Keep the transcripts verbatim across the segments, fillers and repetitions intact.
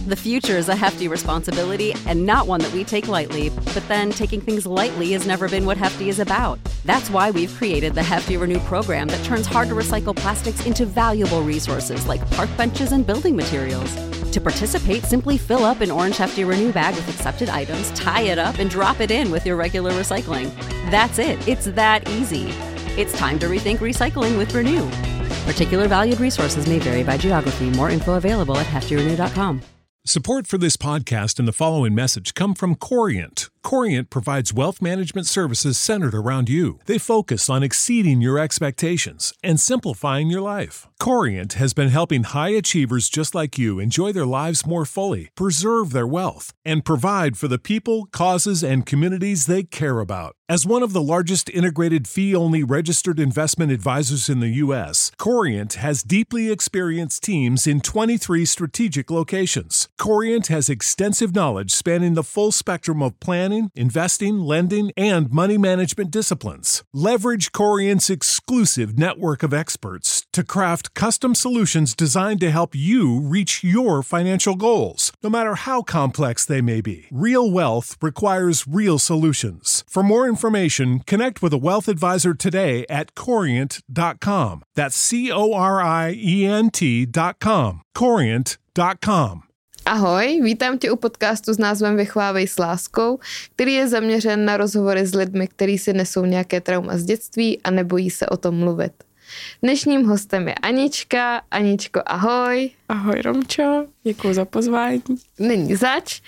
The future is a hefty responsibility and not one that we take lightly, but then taking things lightly has never been what Hefty is about. That's why we've created the Hefty Renew program that turns hard-to-recycle plastics into valuable resources like park benches and building materials. To participate, simply fill up an orange Hefty Renew bag with accepted items, tie it up, and drop it in with your regular recycling. That's it. It's that easy. It's time to rethink recycling with Renew. Particular valued resources may vary by geography. More info available at hefty renew dot com. Support for this podcast and the following message come from Corient. Corient provides wealth management services centered around you. They focus on exceeding your expectations and simplifying your life. Corient has been helping high achievers just like you enjoy their lives more fully, preserve their wealth, and provide for the people, causes, and communities they care about. As one of the largest integrated fee-only registered investment advisors in the U S, Corient has deeply experienced teams in twenty-three strategic locations. Corient has extensive knowledge spanning the full spectrum of planning, investing, lending, and money management disciplines. Leverage Corient's exclusive network of experts to craft custom solutions designed to help you reach your financial goals, no matter how complex they may be. Real wealth requires real solutions. For more information, connect with a wealth advisor today at corient dot com. That's C O R I E N T dot com. corient dot com. Ahoj, vítám tě u podcastu s názvem Vychovávej s láskou, který je zaměřen na rozhovory s lidmi, kteří si nesou nějaké trauma z dětství a nebojí se o tom mluvit. Dnešním hostem je Anička. Aničko, ahoj. Ahoj Romčo, děkuji za pozvání. Není zač.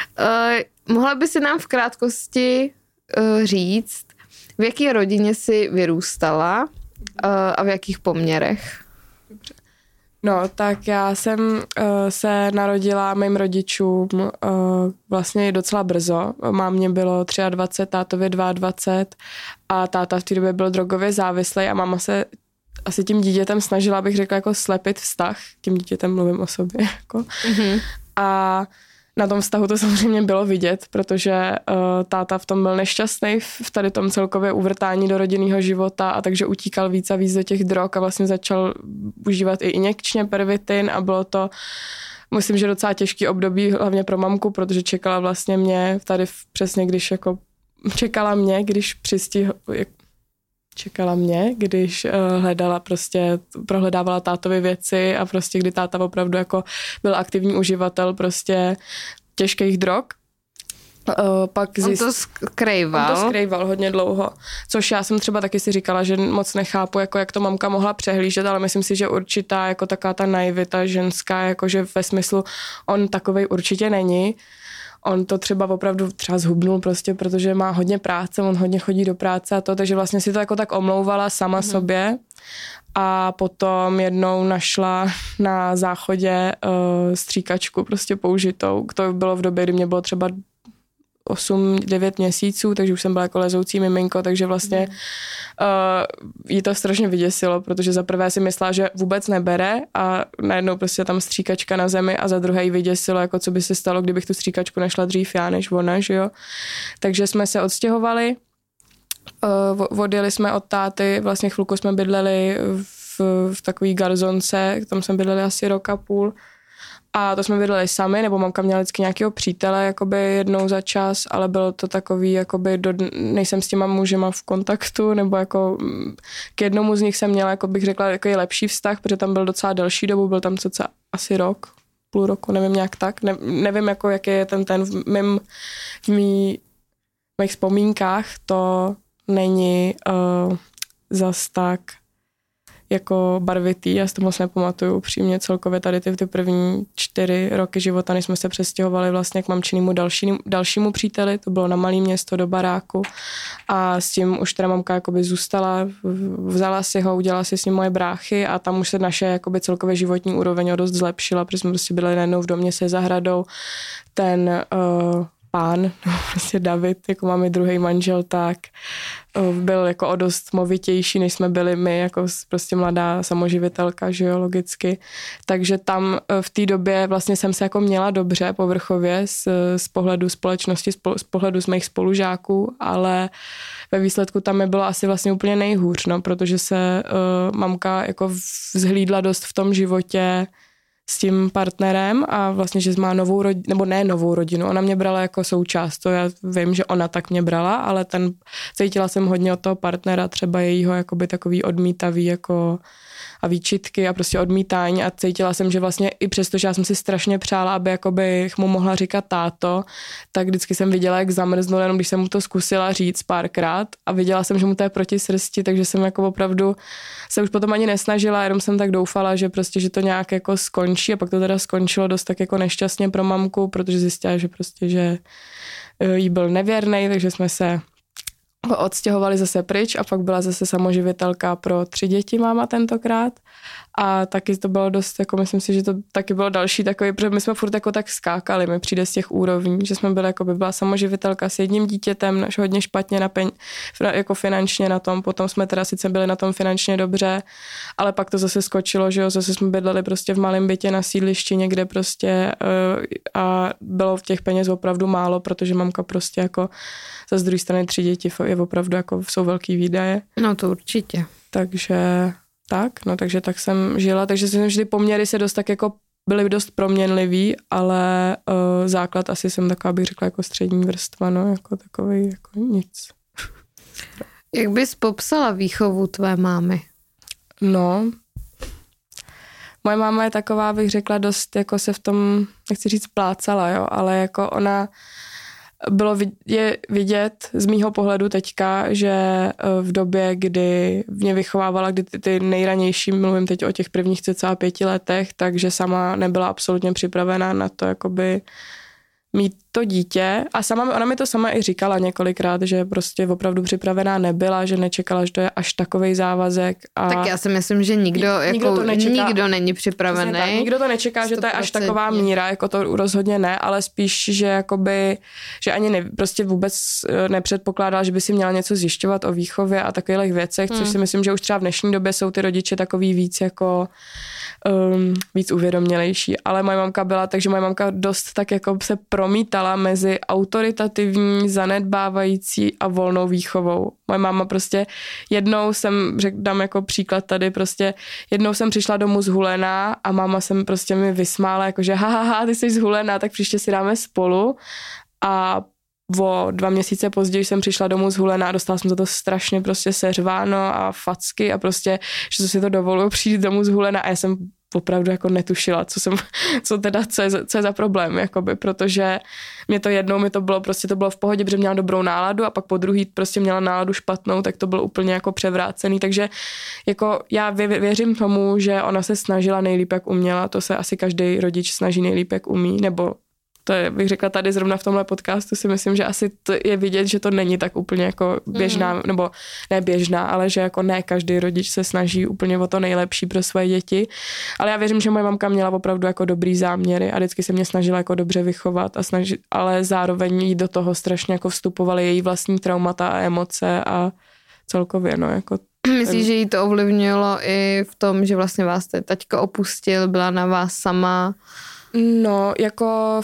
Uh, mohla by si nám v krátkosti uh, říct, v jaké rodině jsi vyrůstala uh, a v jakých poměrech? Dobře. No, tak já jsem uh, se narodila mým rodičům uh, vlastně docela brzo. Mámě bylo dvacet tři, tátovi dvacet dva a táta v té době byl drogově závislý a máma se asi tím dítětem snažila, bych řekla, jako slepit vztah. Tím dítětem mluvím o sobě. Jako. Mm-hmm. A na tom vztahu to samozřejmě bylo vidět, protože uh, táta v tom byl nešťastný v tady tom celkově uvrtání do rodinného života a takže utíkal víc a víc do těch drog a vlastně začal užívat i injekčně pervitin a bylo to, myslím, že docela těžký období, hlavně pro mamku, protože čekala vlastně mě tady přesně, když jako čekala mě, když přistihl, čekala mě, když uh, hledala prostě, prohledávala tátovi věci a prostě kdy táta opravdu jako byl aktivní uživatel prostě těžkých drog. Uh, pak zjist... On to skrýval. On to skrýval hodně dlouho, což já jsem třeba taky si říkala, že moc nechápu, jako jak to mamka mohla přehlížet, ale myslím si, že určitá jako taká ta naivita ženská, jakože ve smyslu on takovej určitě není. On to třeba opravdu třeba zhubnul prostě, protože má hodně práce, on hodně chodí do práce a to, takže vlastně si to jako tak omlouvala sama mm. sobě a potom jednou našla na záchodě uh, stříkačku prostě použitou. To bylo v době, kdy mě bylo třeba osm devět měsíců, takže už jsem byla jako lezoucí miminko, takže vlastně uh, jí to strašně vyděsilo, protože za prvé si myslela, že vůbec nebere a najednou prostě tam stříkačka na zemi a za druhé jí vyděsilo, jako co by se stalo, kdybych tu stříkačku našla dřív já než ona, že jo. Takže jsme se odstěhovali, uh, odjeli jsme od táty, vlastně chvilku jsme bydleli v, v takový garzonce, tam jsme bydleli asi rok a půl. A to jsme bydleli sami, nebo mamka měla vždycky nějakého přítele jakoby jednou za čas, ale bylo to takový, jakoby do, nejsem s těma mužema v kontaktu, nebo jako k jednomu z nich jsem měla, jako bych řekla, jako lepší vztah, protože tam byl docela delší dobu, byl tam cca asi rok, půl roku, nevím nějak tak, ne, nevím, jako, jaký je ten ten v, mým, v, mý, v mých vzpomínkách, to není uh, zas tak jako barvitý, já si to moc nepamatuju upřímně celkově tady ty, ty první čtyři roky života, než jsme se přestěhovali vlastně k mamčinému dalšímu, dalšímu příteli, to bylo na malé město do baráku a s tím už teda mamka jakoby zůstala, vzala si ho, udělala si s ním moje bráchy a tam už se naše jakoby celkově životní úroveň dost zlepšila, protože jsme prostě byli najednou v domě se zahradou, ten uh, pán, prostě David, jako máme druhý manžel, tak byl jako o dost movitější, než jsme byli my, jako prostě mladá samoživitelka, že jo, logicky. Takže tam v té době vlastně jsem se jako měla dobře povrchově z, z pohledu společnosti, z pohledu z mých spolužáků, ale ve výsledku tam mi bylo asi vlastně úplně nejhůř, no, protože se uh, mamka jako vzhlídla dost v tom životě s tím partnerem a vlastně, že má novou rodinu, nebo ne novou rodinu, ona mě brala jako součást, to já vím, že ona tak mě brala, ale ten, cítila jsem hodně od toho partnera, třeba jejího jakoby takový odmítavý jako a výčitky a prostě odmítání a cítila jsem, že vlastně i přesto, že já jsem si strašně přála, aby jakoby mu mohla říkat táto, tak vždycky jsem viděla, jak zamrznul, jenom když jsem mu to zkusila říct párkrát a viděla jsem, že mu to je proti srsti, takže jsem jako opravdu se už potom ani nesnažila, jenom jsem tak doufala, že prostě, že to nějak jako skončí a pak to teda skončilo dost tak jako nešťastně pro mamku, protože zjistila, že prostě, že jí byl nevěrnej, takže jsme se odstěhovali zase pryč a pak byla zase samoživitelka pro tři děti máma tentokrát a taky to bylo dost, jako myslím si, že to taky bylo další takový, protože my jsme furt jako tak skákali, mi přijde z těch úrovní, že jsme byli jako by byla samoživitelka s jedním dítětem, naš hodně špatně na peň, jako finančně na tom, potom jsme teda sice byli na tom finančně dobře, ale pak to zase skočilo, že jo, zase jsme bydleli prostě v malém bytě na sídlišti někde prostě a bylo v těch peněz opravdu málo, protože mamka prostě jako z druhé strany tři děti je opravdu jako jsou velký výdaje. No to určitě. Takže tak, no takže tak jsem žila, takže jsem vždy poměry se dost tak jako byly dost proměnlivý, ale uh, základ asi jsem taková, bych řekla, jako střední vrstva, no, jako takový, jako nic. Jak bys popsala výchovu tvé mámy? No, moje máma je taková, bych řekla, dost jako se v tom, nechci říct plácala, jo, ale jako ona bylo je vidět z mýho pohledu teďka, že v době, kdy mě vychovávala, kdy ty, ty nejranější, mluvím teď o těch prvních cca pěti letech, takže sama nebyla absolutně připravená na to, jakoby mít to dítě a sama, ona mi to sama i říkala několikrát, že prostě opravdu připravená nebyla, že nečekala, že to je až takovej závazek. A tak já si myslím, že nikdo, nikdo, jako, to nečeká, nikdo není připravený. Tak, nikdo to nečeká, sto procent že to je až taková míra, jako to rozhodně ne, ale spíš, že jakoby, že ani ne, prostě vůbec nepředpokládala, že by si měla něco zjišťovat o výchově a takových věcech, hmm. což si myslím, že už třeba v dnešní době jsou ty rodiče takový víc jako um, víc uvědomělejší, ale moje mamka byla, takže moje mamka dost tak jako se promítala mezi autoritativní, zanedbávající a volnou výchovou. Moje máma prostě jednou jsem, řek, dám jako příklad tady, prostě jednou jsem přišla domů zhulená a máma jsem prostě mi vysmála, jakože ha, ha, ha, ty jsi zhulená, tak příště si dáme spolu a o dva měsíce později jsem přišla domů zhulená a dostala jsem za to strašně prostě seřváno a facky a prostě, že si to dovoluju přijít domů zhulená a já jsem opravdu jako netušila, co jsem, co teda, co je, co je za problém, jakoby, protože mě to jednou, mi to bylo prostě, to bylo v pohodě, protože měla dobrou náladu a pak po druhý prostě měla náladu špatnou, tak to bylo úplně jako převrácený, takže jako já vě, věřím tomu, že ona se snažila nejlíp, jak uměla, to se asi každý rodič snaží nejlíp, jak umí, nebo to je, bych řekla tady zrovna v tomhle podcastu si myslím, že asi to je vidět, že to není tak úplně jako běžná, mm. nebo ne běžná, ale že jako ne každý rodič se snaží úplně o to nejlepší pro své děti. Ale já věřím, že moje mamka měla opravdu jako dobrý záměry a vždycky se mě snažila jako dobře vychovat, a snažit, ale zároveň jí do toho strašně jako vstupovaly její vlastní traumata a emoce a celkově, no, jako myslíš, že jí to ovlivnilo i v tom, že vlastně vás ten taťka opustil, byla na vás sama? No, jako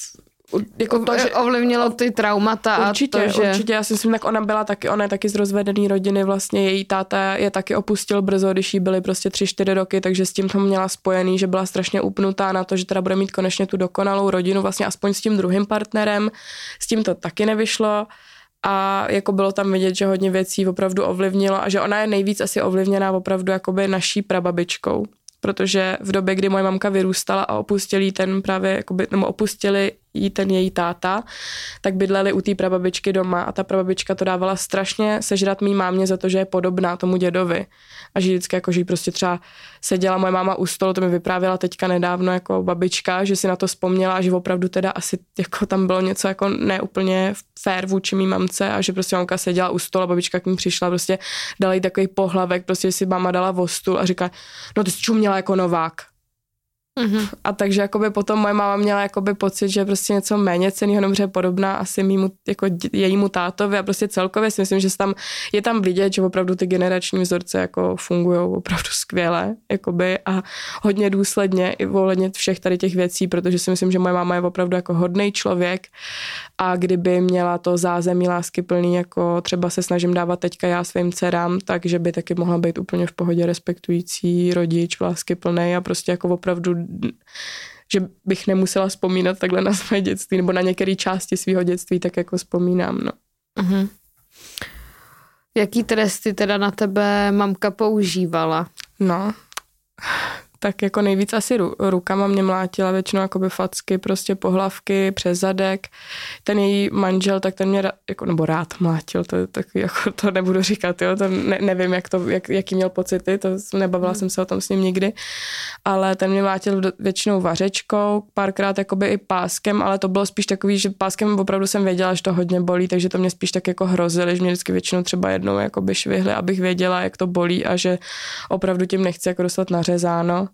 jako to, že ovlivnilo ty traumata určitě, a to, že... Určitě, já si myslím, tak ona byla taky, ona je taky z rozvedený rodiny, vlastně její táta je taky opustil brzo, když jí byly prostě tři, čtyři roky, takže s tím to měla spojený, že byla strašně upnutá na to, že teda bude mít konečně tu dokonalou rodinu, vlastně aspoň s tím druhým partnerem, s tím to taky nevyšlo a jako bylo tam vidět, že hodně věcí opravdu ovlivnilo a že ona je nejvíc asi ovlivněná opravdu jakoby naší prababičkou. Protože v době, kdy moje mamka vyrůstala a opustili ten právě, jakoby, nebo opustili jí ten její táta, tak bydleli u té prababičky doma a ta prababička to dávala strašně sežrat mý mámě za to, že je podobná tomu dědovi. A že vždycky jako, že jí prostě třeba seděla moje máma u stolu, to mi vyprávěla teďka nedávno jako babička, že si na to vzpomněla, že opravdu teda asi jako tam bylo něco jako neúplně fair vůči mý mamce a že prostě mamka seděla u stolu a babička k ní přišla, prostě dala jí takový pohlavek, prostě si máma dala vo stůl a říká, no ty jsi čuměla jako Novák. Mm-hmm. A takže jakoby potom moje máma měla jakoby pocit, že prostě něco méně cenného, nebo je podobná asi mýmu, jako jejímu tátovi a prostě celkově si myslím, že tam, je tam vidět, že opravdu ty generační vzorce jako fungují opravdu skvěle jakoby a hodně důsledně i ohledně všech tady těch věcí, protože si myslím, že moje máma je opravdu jako hodnej člověk a kdyby měla to zázemí lásky plný, jako třeba se snažím dávat teďka já svým dcerám, takže by taky mohla být úplně v pohodě respektující rodič, lásky plnej a prostě jako opravdu že bych nemusela vzpomínat takhle na své dětství nebo na některé části svého dětství, tak jako vzpomínám, no. Uh-huh. Jaký tresty teda na tebe mamka používala? No, tak jako nejvíc asi ru, rukama mě mlátila, většinou jakoby facky, prostě pohlavky, přes zadek. Ten její manžel, tak ten mě jako, nebo rád mlátil, to, tak jako, to nebudu říkat, jo, to ne, nevím, jak to, jak, jaký měl pocity, to nebavila hmm. jsem se o tom s ním nikdy, ale ten mě mlátil většinou vařečkou, párkrát jakoby i páskem, ale to bylo spíš takový, že páskem opravdu jsem věděla, že to hodně bolí, takže to mě spíš tak jako hrozily, že mě vždycky většinou třeba jednou jakoby švihly, abych věděla, jak to bolí a že opravdu tím nechci jako dostat nařezáno.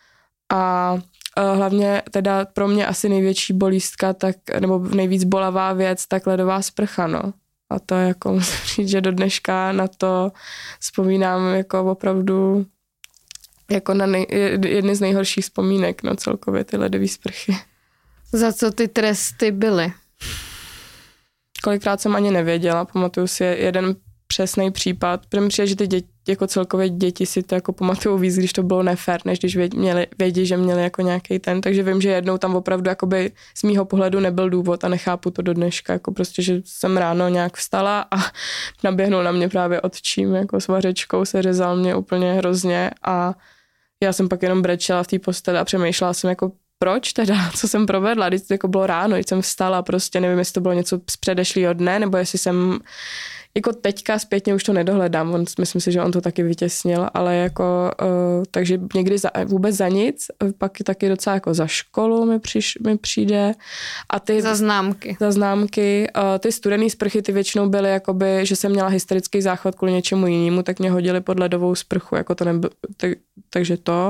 A hlavně teda pro mě asi největší bolístka, tak, nebo nejvíc bolavá věc, tak ledová sprcha, no. A to jako musím říct, že do dneška na to vzpomínám jako opravdu jako na nej, jedny z nejhorších vzpomínek, no celkově ty ledové sprchy. Za co ty tresty byly? Kolikrát jsem ani nevěděla, pamatuju si jeden přesný případ, protože mi přijde, že ty děti, jako celkově děti si to jako pamatují víc, když to bylo nefér, než když měli, vědí, že měli jako nějaký ten, takže vím, že jednou tam opravdu jakoby z mýho pohledu nebyl důvod a nechápu to do dneška, jako prostě, že jsem ráno nějak vstala a naběhnul na mě právě otčím, jako s vařečkou, se řezal mě úplně hrozně a já jsem pak jenom brečela v té posteli a přemýšlela jsem jako proč teda, co jsem provedla, když to jako bylo ráno, když jsem vstala, prostě nevím, jestli to bylo něco z předešlého dne, nebo jestli jsem jako teďka zpětně už to nedohledám, on, myslím si, že on to taky vytěsnil, ale jako, uh, takže někdy za, vůbec za nic, pak taky docela jako za školu mi, přiš, mi přijde. A ty, za známky. Za známky. Uh, ty studený sprchy, ty většinou byly jakoby, že jsem měla hysterický záchvat kvůli něčemu jinému, tak mě hodili pod ledovou sprchu, jako to nebylo, tak, takže to.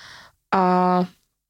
A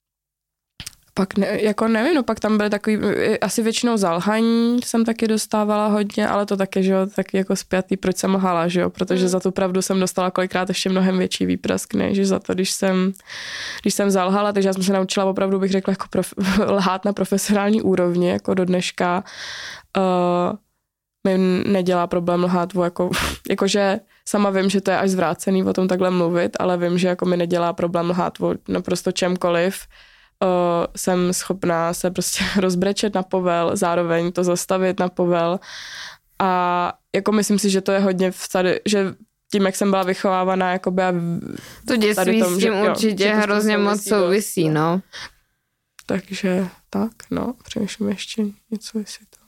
pak ne, jako nevím, no pak tam byly takový, asi většinou zalhaní jsem taky dostávala hodně, ale to taky, že jo, taky jako zpětý, proč jsem lhala, že jo, protože mm. za tu pravdu jsem dostala kolikrát ještě mnohem větší výprask, než za to, když jsem, když jsem zalhala, takže já jsem se naučila opravdu, bych řekla, jako prof, lhát na profesionální úrovni, jako do dneška uh, mi nedělá problém lhát, jako, jakože sama vím, že to je až zvrácený o tom takhle mluvit, ale vím, že jako mi nedělá problém lhát o naprosto čemkoliv. Uh, jsem schopná se prostě rozbrečet na povel, zároveň to zastavit na povel a jako myslím si, že to je hodně v tady, že tím, jak jsem byla vychovávaná, jakoby a to dětství tom, s tím že, určitě jo, hrozně moc souvisí, no. Takže tak, no, přemýšlím ještě něco, jestli to.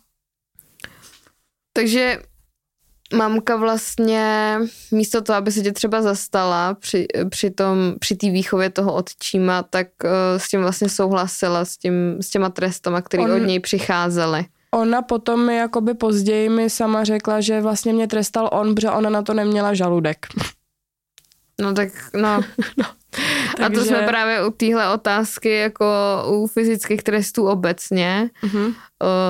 Takže mamka vlastně místo toho, aby se tě třeba zastala při, při tom, při té výchově toho otčíma, tak uh, s tím vlastně souhlasila, s, tím, s těma trestama, které On, od něj přicházely. Ona potom mi jakoby později mi sama řekla, že vlastně mě trestal on, protože ona na to neměla žaludek. No tak, no. no takže... A to jsme právě u téhle otázky jako u fyzických trestů obecně. Uh-huh. Uh,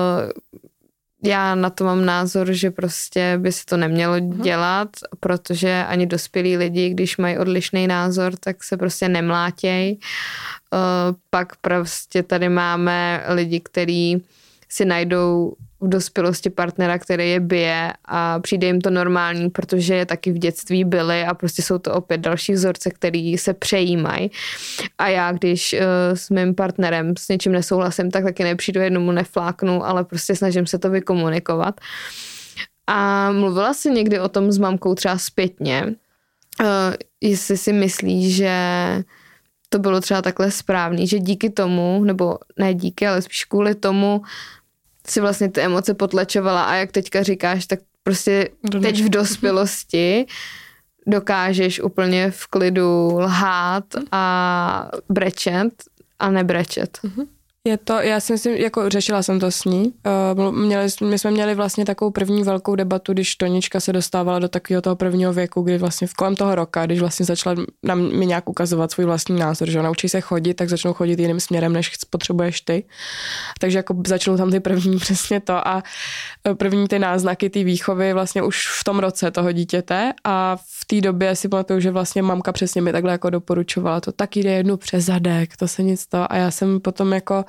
Já na to mám názor, že prostě by se to nemělo dělat, protože ani dospělí lidi, když mají odlišný názor, tak se prostě nemlátěj. Pak prostě tady máme lidi, kteří si najdou v dospělosti partnera, který je bije a přijde jim to normální, protože je taky v dětství byli a prostě jsou to opět další vzorce, který se přejímají. A já, když uh, s mým partnerem s něčím nesouhlasím, tak taky nepřijdu, jednomu nefláknu, ale prostě snažím se to vykomunikovat. A mluvila jsi někdy o tom s mamkou třeba zpětně, uh, jestli si myslíš, že to bylo třeba takhle správný, že díky tomu, nebo ne díky, ale spíš kvůli tomu si vlastně ty emoce potlačovala a jak teďka říkáš, tak prostě teď v dospělosti dokážeš úplně v klidu lhát a brečet a nebrečet. Je to, já si myslím, jako řešila jsem to s ní. Uh, měli, my jsme měli vlastně takovou první velkou debatu, když Tonička se dostávala do takového toho prvního věku, kdy vlastně v kolem toho roka, když vlastně začala nám mi nějak ukazovat svůj vlastní názor, že naučí se chodit, tak začnou chodit jiným směrem, než potřebuješ ty. Takže jako začnou tam ty první přesně to a první ty náznaky té výchovy vlastně už v tom roce toho dítěte a v té době si pamatuju, že vlastně mamka přesně mi takhle jako doporučovala to, tak jde jednu přes zadek, to se nic to a já jsem potom jako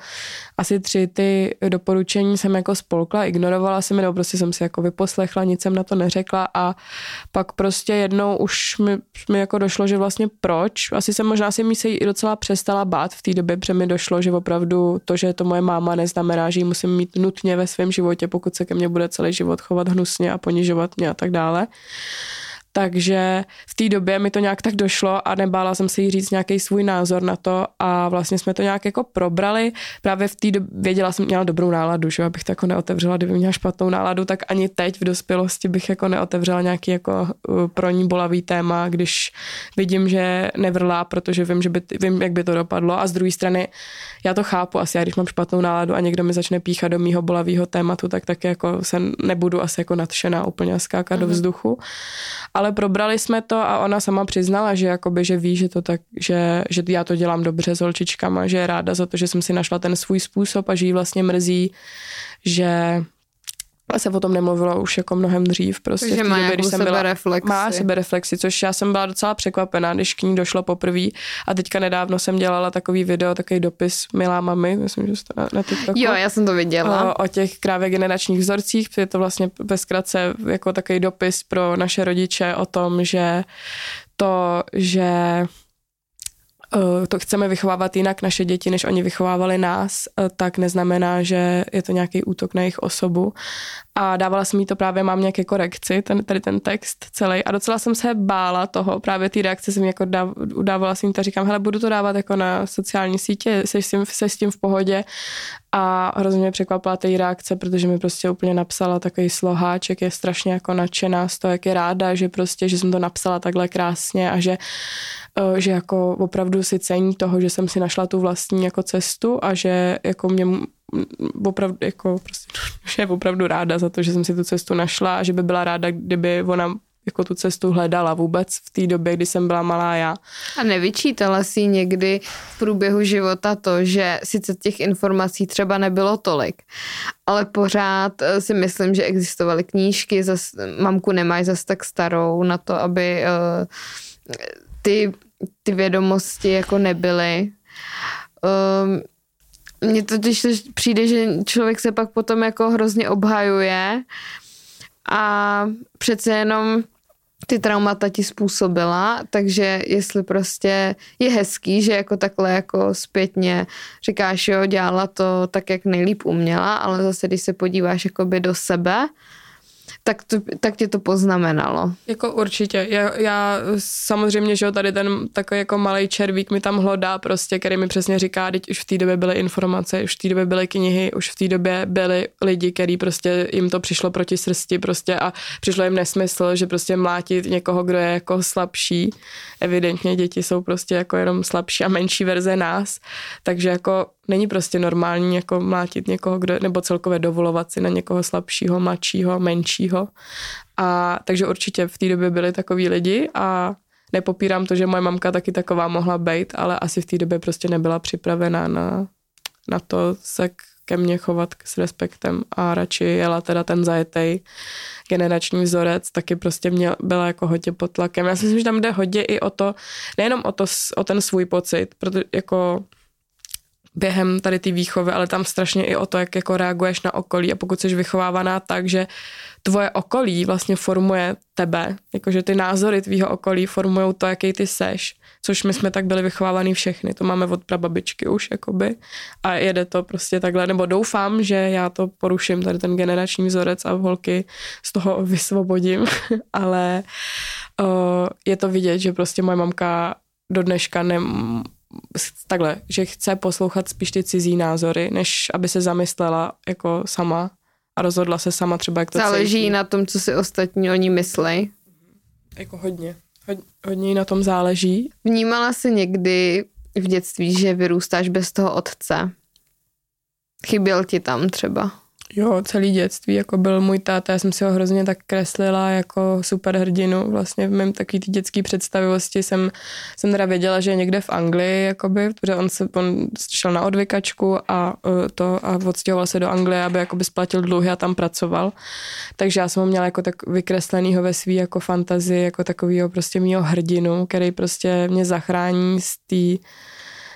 asi tři ty doporučení jsem jako spolkla, ignorovala jsem je, nebo prostě jsem si jako vyposlechla, nic jsem na to neřekla a pak prostě jednou už mi, mi jako došlo, že vlastně proč. Asi jsem možná si mi se i docela přestala bát v té době, protože mi došlo, že opravdu to, že je to moje máma, neznamená, že ji musím mít nutně ve svém životě, pokud se ke mně bude celý život chovat hnusně a ponižovat mě a tak dále. Takže v té době mi to nějak tak došlo a nebála jsem se jí říct nějaký svůj názor na to a vlastně jsme to nějak jako probrali. Právě v té době věděla jsem, měla dobrou náladu, že abych to jako neotevřela, kdyby měla špatnou náladu, tak ani teď v dospělosti bych jako neotevřela nějaký jako pro ní bolavý téma, když vidím, že nevrlá, protože vím, že by, vím, jak by to dopadlo a z druhé strany já to chápu, asi já, když mám špatnou náladu a někdo mi začne píchat do mýho bolavého tématu, tak taky jako se nebudu asi jako nadšená úplně skákat mm-hmm. do vzduchu. Ale probrali jsme to a ona sama přiznala, že jakoby, že ví, že to tak, že, že já to dělám dobře s holčičkama, že je ráda za to, že jsem si našla ten svůj způsob a že jí vlastně mrzí, že se o tom nemluvilo už jako mnohem dřív. Prostě Takže má době, když jsem byla, sebereflexi. Má sebereflexi, což já jsem byla docela překvapená, když k ní došlo poprvé a teďka nedávno jsem dělala takový video, takový dopis Milá mami, myslím, že jste na, na TikToku. Jo, já jsem to viděla. O, o těch právě generačních vzorcích, je to vlastně ve zkratce jako takový dopis pro naše rodiče o tom, že to, že to chceme vychovávat jinak naše děti, než oni vychovávali nás, tak neznamená, že je to nějaký útok na jejich osobu. A dávala jsem jí to právě mám nějaké korekci, ten, tady ten text celý. A docela jsem se bála toho, právě ty reakce jsem jako dáv, udávala jsem jí to, říkám, hele, budu to dávat jako na sociální sítě, seš s tím, seš s tím v pohodě. A hrozně mě překvapila ta její reakce, protože mi prostě úplně napsala takový sloháček, je strašně jako nadšená z toho, jak je ráda, že prostě, že jsem to napsala takhle krásně a že, že jako opravdu si cení toho, že jsem si našla tu vlastní jako cestu a že jako mě opravdu jako prostě, že je opravdu ráda za to, že jsem si tu cestu našla a že by byla ráda, kdyby ona jako tu cestu hledala vůbec v té době, kdy jsem byla malá já. A nevyčítala si někdy v průběhu života to, že sice těch informací třeba nebylo tolik, ale pořád si myslím, že existovaly knížky, zas, mamku nemáš zas tak starou na to, aby uh, ty, ty vědomosti jako nebyly. Um, Mně totiž přijde, že člověk se pak potom jako hrozně obhajuje a přece jenom ty traumata ti způsobila, takže jestli prostě je hezký, že jako takhle jako zpětně říkáš, jo, dělala to tak, jak nejlíp uměla, ale zase, když se podíváš jakoby do sebe, tak, to, tak tě to poznamenalo. Jako určitě. Já, já samozřejmě, že tady ten takový jako malej červík mi tam hlodá prostě, který mi přesně říká, teď už v té době byly informace, už v té době byly knihy, už v té době byli lidi, který prostě jim to přišlo proti srsti prostě a přišlo jim nesmysl, že prostě mlátit někoho, kdo je jako slabší. Evidentně děti jsou prostě jako jenom slabší a menší verze nás, takže jako není prostě normální jako mlátit někoho, kdo, nebo celkově dovolovat si na někoho slabšího, mladšího, menšího. A takže určitě v té době byli takový lidi a nepopírám to, že moje mamka taky taková mohla být, ale asi v té době prostě nebyla připravená na, na to se ke mně chovat s respektem a radši jela teda ten zajetej generační vzorec, taky prostě mě byla jako hodně pod tlakem. Já si myslím, že tam jde hodně i o to, nejenom o, to, o ten svůj pocit, protože jako během tady ty výchovy, ale tam strašně i o to, jak jako reaguješ na okolí a pokud jsi vychovávaná tak, že tvoje okolí vlastně formuje tebe, jakože ty názory tvýho okolí formujou to, jaký ty seš, což my jsme tak byli vychovávaný všechny, to máme od prababičky už, jakoby, a jede to prostě takhle, nebo doufám, že já to poruším, tady ten generační vzorec a holky z toho vysvobodím, ale uh, je to vidět, že prostě moje mamka do dneška ne, takhle, že chce poslouchat spíš ty cizí názory, než aby se zamyslela jako sama a rozhodla se sama třeba, jak to záleží cítí. Na tom, co si ostatní o ní myslej. Jako hodně. Hodně, hodně na tom záleží. Vnímala jsi někdy v dětství, že vyrůstáš bez toho otce? Chyběl ti tam třeba? Jo, celý dětství, jako byl můj táta, já jsem si ho hrozně tak kreslila jako superhrdinu, vlastně v mém takový ty dětský představivosti jsem, jsem teda věděla, že je někde v Anglii, jakoby, protože on, se, on šel na odvykačku a to a odstěhoval se do Anglie, aby jakoby splatil dluhy a tam pracoval, takže já jsem ho měla jako tak vykreslenýho ve svý jako fantazii, jako takovýho prostě mýho hrdinu, který prostě mě zachrání z té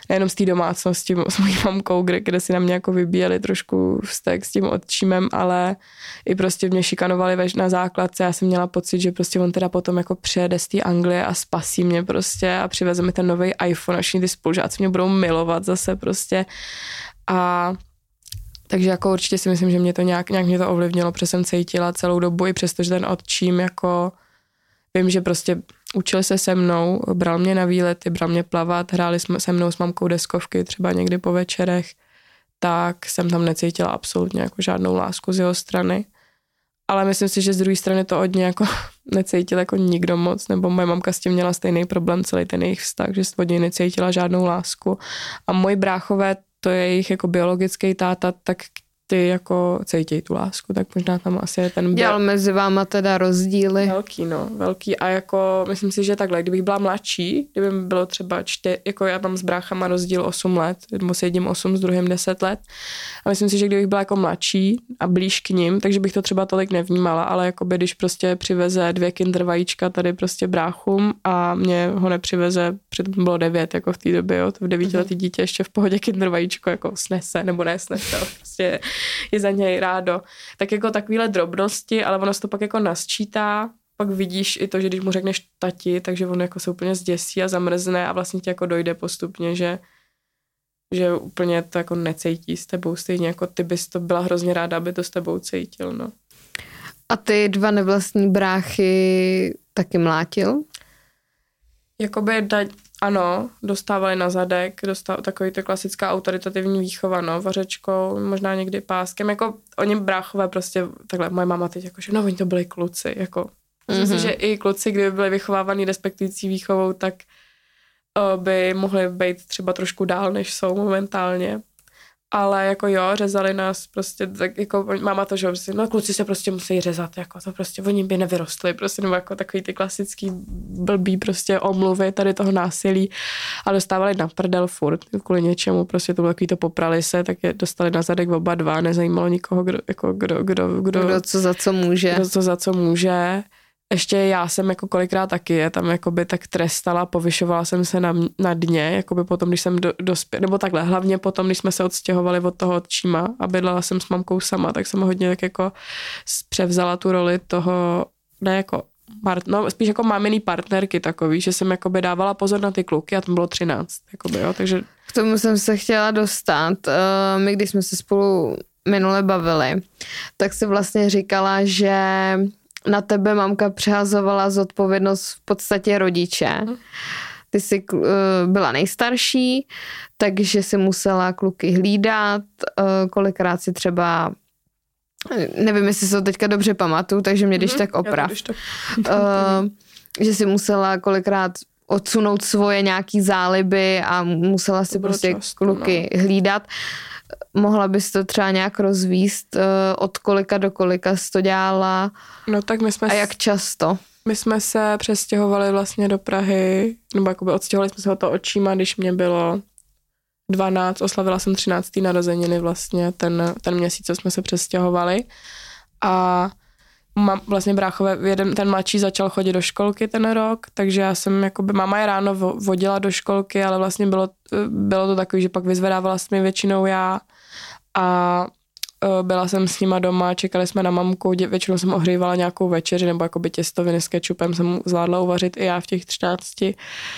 nejenom z té domácnosti s mojí mamkou, kde, kde si na mě jako vybíjeli trošku vztek s tím otčímem, ale i prostě mě šikanovali na základce. Já jsem měla pocit, že prostě on teda potom jako přijede z té Anglie a spasí mě prostě a přiveze mi ten nový iPhone, až ty spolužáci mě budou milovat zase prostě. A takže jako určitě si myslím, že mě to nějak, nějak mě to ovlivnilo, protože jsem cítila celou dobu i přesto, že ten otčím jako vím, že prostě učil se se mnou, bral mě na výlety, bral mě plavat, hráli jsme se mnou s mamkou deskovky třeba někdy po večerech, tak jsem tam necítila absolutně jako žádnou lásku z jeho strany. Ale myslím si, že z druhé strany to od něj jako necítil jako nikdo moc, nebo moje mamka s tím měla stejný problém, celý ten jejich vztah, že od něj necítila žádnou lásku. A moji bráchové, to je jejich jako biologický táta, tak ty jako cítěj tu lásku, tak možná tam asi je ten... Dělal mezi váma teda rozdíly. Velký, no, velký a jako myslím si, že takhle, kdybych byla mladší, kdyby mi bylo třeba čtyři, jako já mám s bráchama rozdíl osm let, nebo s jedním osm, s druhým deset let a myslím si, že kdybych byla jako mladší a blíž k ním, takže bych to třeba tolik nevnímala, ale jako by když prostě přiveze dvě kinder vajíčka tady prostě bráchům a mě ho nepřiveze, přitom bylo devět, jako v té době, jo, to v devítiletý mm-hmm. dítě ještě v pohodě kinder vajíčko jako snese, nebo nesnese, prostě je za něj rádo. Tak jako takovýhle drobnosti, ale ono se to pak jako nasčítá, pak vidíš i to, že když mu řekneš tati, takže on jako se úplně zděsí a zamrzne a vlastně ti jako dojde postupně, že, že úplně to jako necítí s tebou stejně, jako ty bys to byla hrozně ráda, aby to s tebou cítil, no. A ty dva nevlastní bráchy taky mlátil? Jakoby da, ano, dostávali na zadek, dostávali takový to klasická autoritativní výchova, no, vařečkou, možná někdy páskem, jako oni bráchové prostě, takhle moje máma teď jako, že no, oni to byli kluci, jako, myslím mm-hmm. si, že i kluci, kdyby byli vychovávaný respektující výchovou, tak o, by mohli být třeba trošku dál, než jsou momentálně. Ale jako jo, řezali nás prostě, tak jako máma to, že prostě, no kluci se prostě musí řezat, jako to prostě, oni by nevyrostli, prostě, nebo jako takový ty klasický blbý prostě omluvy tady toho násilí a dostávali na prdel furt, kvůli něčemu, prostě to bylo takový to poprali se, tak je dostali na zadek oba dva, nezajímalo nikoho, kdo, jako kdo, kdo, kdo, kdo co za co může. Kdo co za co může. Ještě já jsem jako kolikrát taky je tam jakoby tak trestala, povyšovala jsem se na, na dně, jakoby potom, když jsem do, dospěla, nebo takhle, hlavně potom, když jsme se odstěhovali od toho otčíma a bydlela jsem s mamkou sama, tak jsem hodně tak jako převzala tu roli toho, ne jako, no spíš jako máminý partnerky takový, že jsem jakoby dávala pozor na ty kluky a tam bylo třináct, jakoby, jo, takže... K tomu jsem se chtěla dostat. My, když jsme se spolu minule bavili, tak si vlastně říkala, že na tebe mamka přehazovala zodpovědnost v podstatě rodiče. Ty jsi uh, byla nejstarší, takže si musela kluky hlídat, uh, kolikrát si třeba, nevím, jestli se to teďka dobře pamatuju, takže mě když mm-hmm, tak oprav. Když tak. uh, že si musela kolikrát odsunout svoje nějaký záliby a musela si prostě často, kluky no. hlídat. Mohla bys to třeba nějak rozvíst, od kolika do kolika jsi to dělala no, tak my jsme a jak často? My jsme se přestěhovali vlastně do Prahy, nebo jakoby odstěhovali jsme se od toho otčíma, když mě bylo dvanáct, oslavila jsem třinácté narozeniny vlastně ten, ten měsíc, co jsme se přestěhovali a mám, vlastně bráchové, jeden, ten mladší začal chodit do školky ten rok, takže já jsem, jakoby, máma je ráno vodila do školky, ale vlastně bylo, bylo to takový, že pak vyzvedávala s mi většinou já a byla jsem s nima doma, čekali jsme na mamku, většinou jsem ohřívala nějakou večeři nebo jakoby těstoviny s kečupem jsem zvládla uvařit i já v těch třinácti,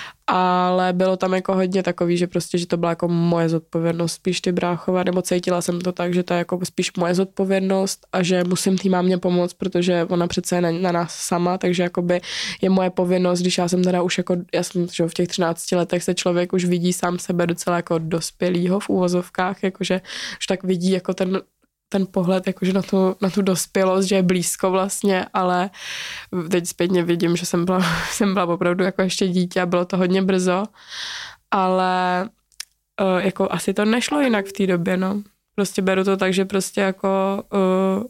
ale bylo tam jako hodně takový, že prostě, že to byla jako moje zodpovědnost, spíš ty bráchové, nebo cítila jsem to tak, že to je jako spíš moje zodpovědnost a že musím tý mámě pomoct, protože ona přece je na, na nás sama, takže jakoby je moje povinnost, když já jsem teda už jako, já jsem že v těch třinácti letech se člověk už vidí sám sebe docela jako dospělýho v úvozovkách, jakože už tak vidí jako ten ten pohled jakože na tu, na tu dospělost, že je blízko vlastně, ale teď zpětně vidím, že jsem byla, jsem byla opravdu jako ještě dítě a bylo to hodně brzo, ale uh, jako asi to nešlo jinak v té době, no. Prostě beru to tak, že prostě jako uh,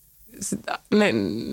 ne,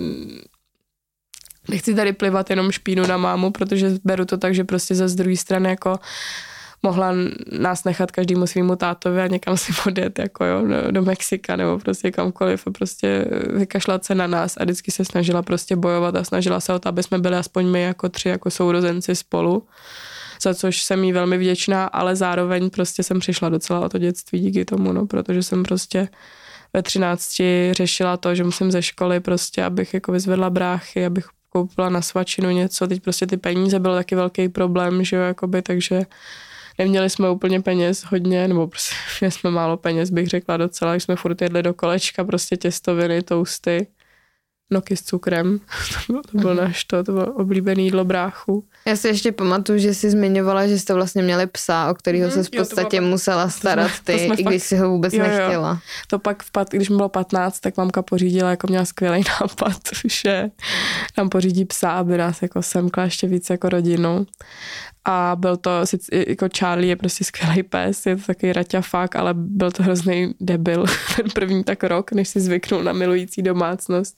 nechci tady plivat jenom špínu na mámu, protože beru to tak, že prostě ze z druhé strany jako mohla nás nechat každému svýmu tátovi a někam si odjet, jako jo, do, do Mexika nebo prostě kamkoliv a prostě vykašlat se na nás a vždycky se snažila prostě bojovat a snažila se o to, aby jsme byli aspoň my jako tři jako sourozenci spolu. za což jsem jí velmi vděčná, ale zároveň prostě jsem přišla docela o to dětství díky tomu, no, protože jsem prostě ve třinácti řešila to, že musím ze školy prostě, abych jako vyzvedla bráchy, abych koupila na svačinu něco, teď prostě ty peníze byl taky velký problém, že jo, jakoby, takže neměli jsme úplně peněz hodně, nebo prostě měli jsme málo peněz, bych řekla docela, když jsme furt jedli do kolečka, prostě těstoviny, tousty, noky s cukrem, to bylo, to bylo náš to, to bylo oblíbené jídlo bráchu. Já si ještě pamatuju, že jsi zmiňovala, že jste vlastně měli psa, o kterého se v podstatě jo, musela starat ty, i fakt, když si ho vůbec jo, nechtěla. Jo. To pak, v pat, když mi bylo patnáct, tak mamka pořídila, jako měla skvělý nápad, že nám pořídí psa, aby nás jako semkla ještě víc jako rodinu. A byl to, jako Charlie je prostě skvělý pes, je to takový raťafák, ale byl to hrozný debil ten první tak rok, než si zvyknul na milující domácnost.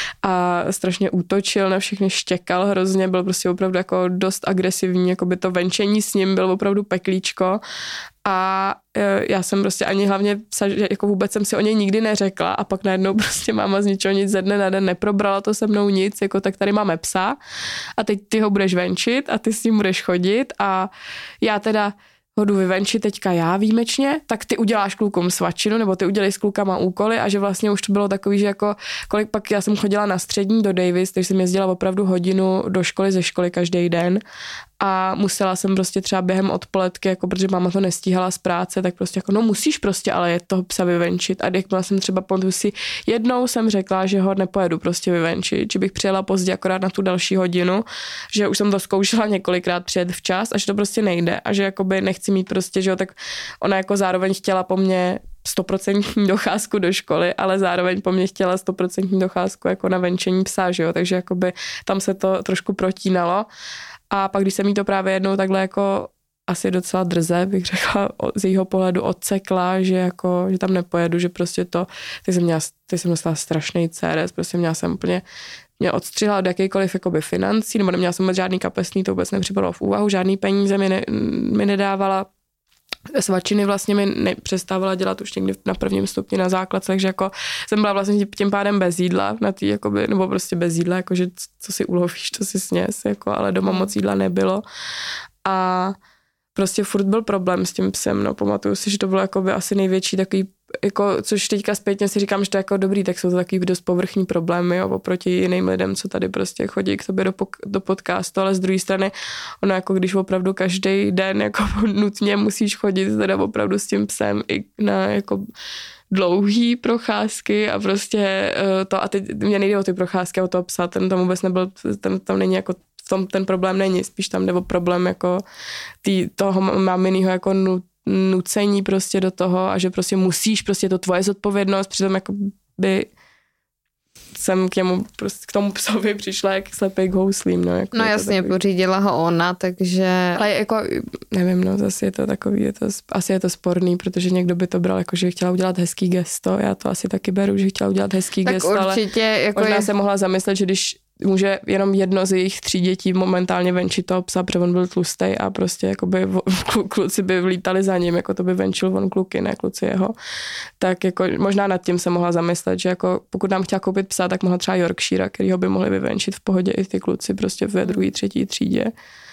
A strašně útočil, na všechny štěkal hrozně, byl prostě opravdu jako dost agresivní, jako by to venčení s ním bylo opravdu peklíčko. A já jsem prostě ani hlavně, jako vůbec jsem si o něj nikdy neřekla a pak najednou prostě máma z ničeho nic ze dne na den neprobrala to se mnou nic, jako tak tady máme psa a teď ty ho budeš venčit a ty s ním budeš chodit a já teda ho jdu vyvenčit teďka já výjimečně, tak ty uděláš klukům svačinu, nebo ty udělej s klukama úkoly a že vlastně už to bylo takový, že jako kolik pak já jsem chodila na střední do Davis, takže jsem jezdila opravdu hodinu do školy ze školy každý den a musela jsem prostě třeba během odpoledky, jako protože máma to nestíhala z práce, tak prostě jako no musíš prostě ale je toho psa vyvenčit a jakmile jsem třeba pamatuju si, jednou jsem řekla, že ho nepojedu prostě vyvenčit, že bych přijela pozdě akorát na tu další hodinu, že už jsem to zkoušela několikrát přijet včas a že to prostě nejde a že jakoby nechci mít prostě, že jo, tak ona jako zároveň chtěla po mně stoprocentní docházku do školy, ale zároveň po mně chtěla stoprocentní docházku jako na venčení psa, že jo, takže jakoby tam se to trošku protínalo. A pak, když jsem jí to právě jednou takhle jako asi docela drze, bych řekla, z jejího pohledu odsekla, že jako, že tam nepojedu, že prostě to, teď jsem měla, teď jsem dostala strašný céres, prostě měla jsem úplně, mě odstřihla od jakýkoliv jakoby financí, nebo neměla jsem vůbec žádný kapesný, to vůbec nepřipadalo v úvahu, žádný peníze mi, ne, mi nedávala. Svačiny vlastně mi nepřestávala dělat už někdy na prvním stupni na základce, takže jako jsem byla vlastně tím pádem bez jídla, na tý, jakoby, nebo prostě bez jídla, jakože co si ulovíš, to si sněz, jako, ale doma moc jídla nebylo. A prostě furt byl problém s tím psem, no, pamatuju si, že to bylo jakoby asi největší takový, jako, což teďka zpětně si říkám, že to je jako dobrý, tak jsou to takový dost povrchní problémy, jo, oproti jiným lidem, co tady prostě chodí k tobě do, do podcastu, ale z druhé strany, ono jako když opravdu každý den jako nutně musíš chodit teda opravdu s tím psem i na jako dlouhý procházky a prostě to, a teď mě nejde o ty procházky, o toho psa, ten tam vůbec nebyl, ten tam není jako v tom ten problém není, spíš tam jde o problém jako tý, toho maminýho jako nut, nucení prostě do toho a že prostě musíš, prostě to tvoje zodpovědnost, přitom jako by jsem k němu, prostě k tomu psovi přišla jak slepej k houslím, no. Jako no jasně, takový... pořídila ho ona, takže... Ale jako, nevím, no, zase je to takový, je to, asi je to sporný, protože někdo by to bral jako, že chtěla udělat hezký gesto, já to asi taky beru, že chtěla udělat hezký tak gesto, určitě, ale jako možná je... se mohla zamyslet, že když může jenom jedno z jejich tří dětí momentálně venčit toho psa, protože on byl tlustej a prostě jakoby kluci by vlítali za ním, jako to by venčil on kluky, ne kluci jeho. Tak jako možná nad tím se mohla zamyslet, že jako pokud nám chtěla koupit psa, tak mohla třeba Yorkshire, kterýho by mohli vyvenčit v pohodě i ty kluci prostě ve druhé, třetí třídě.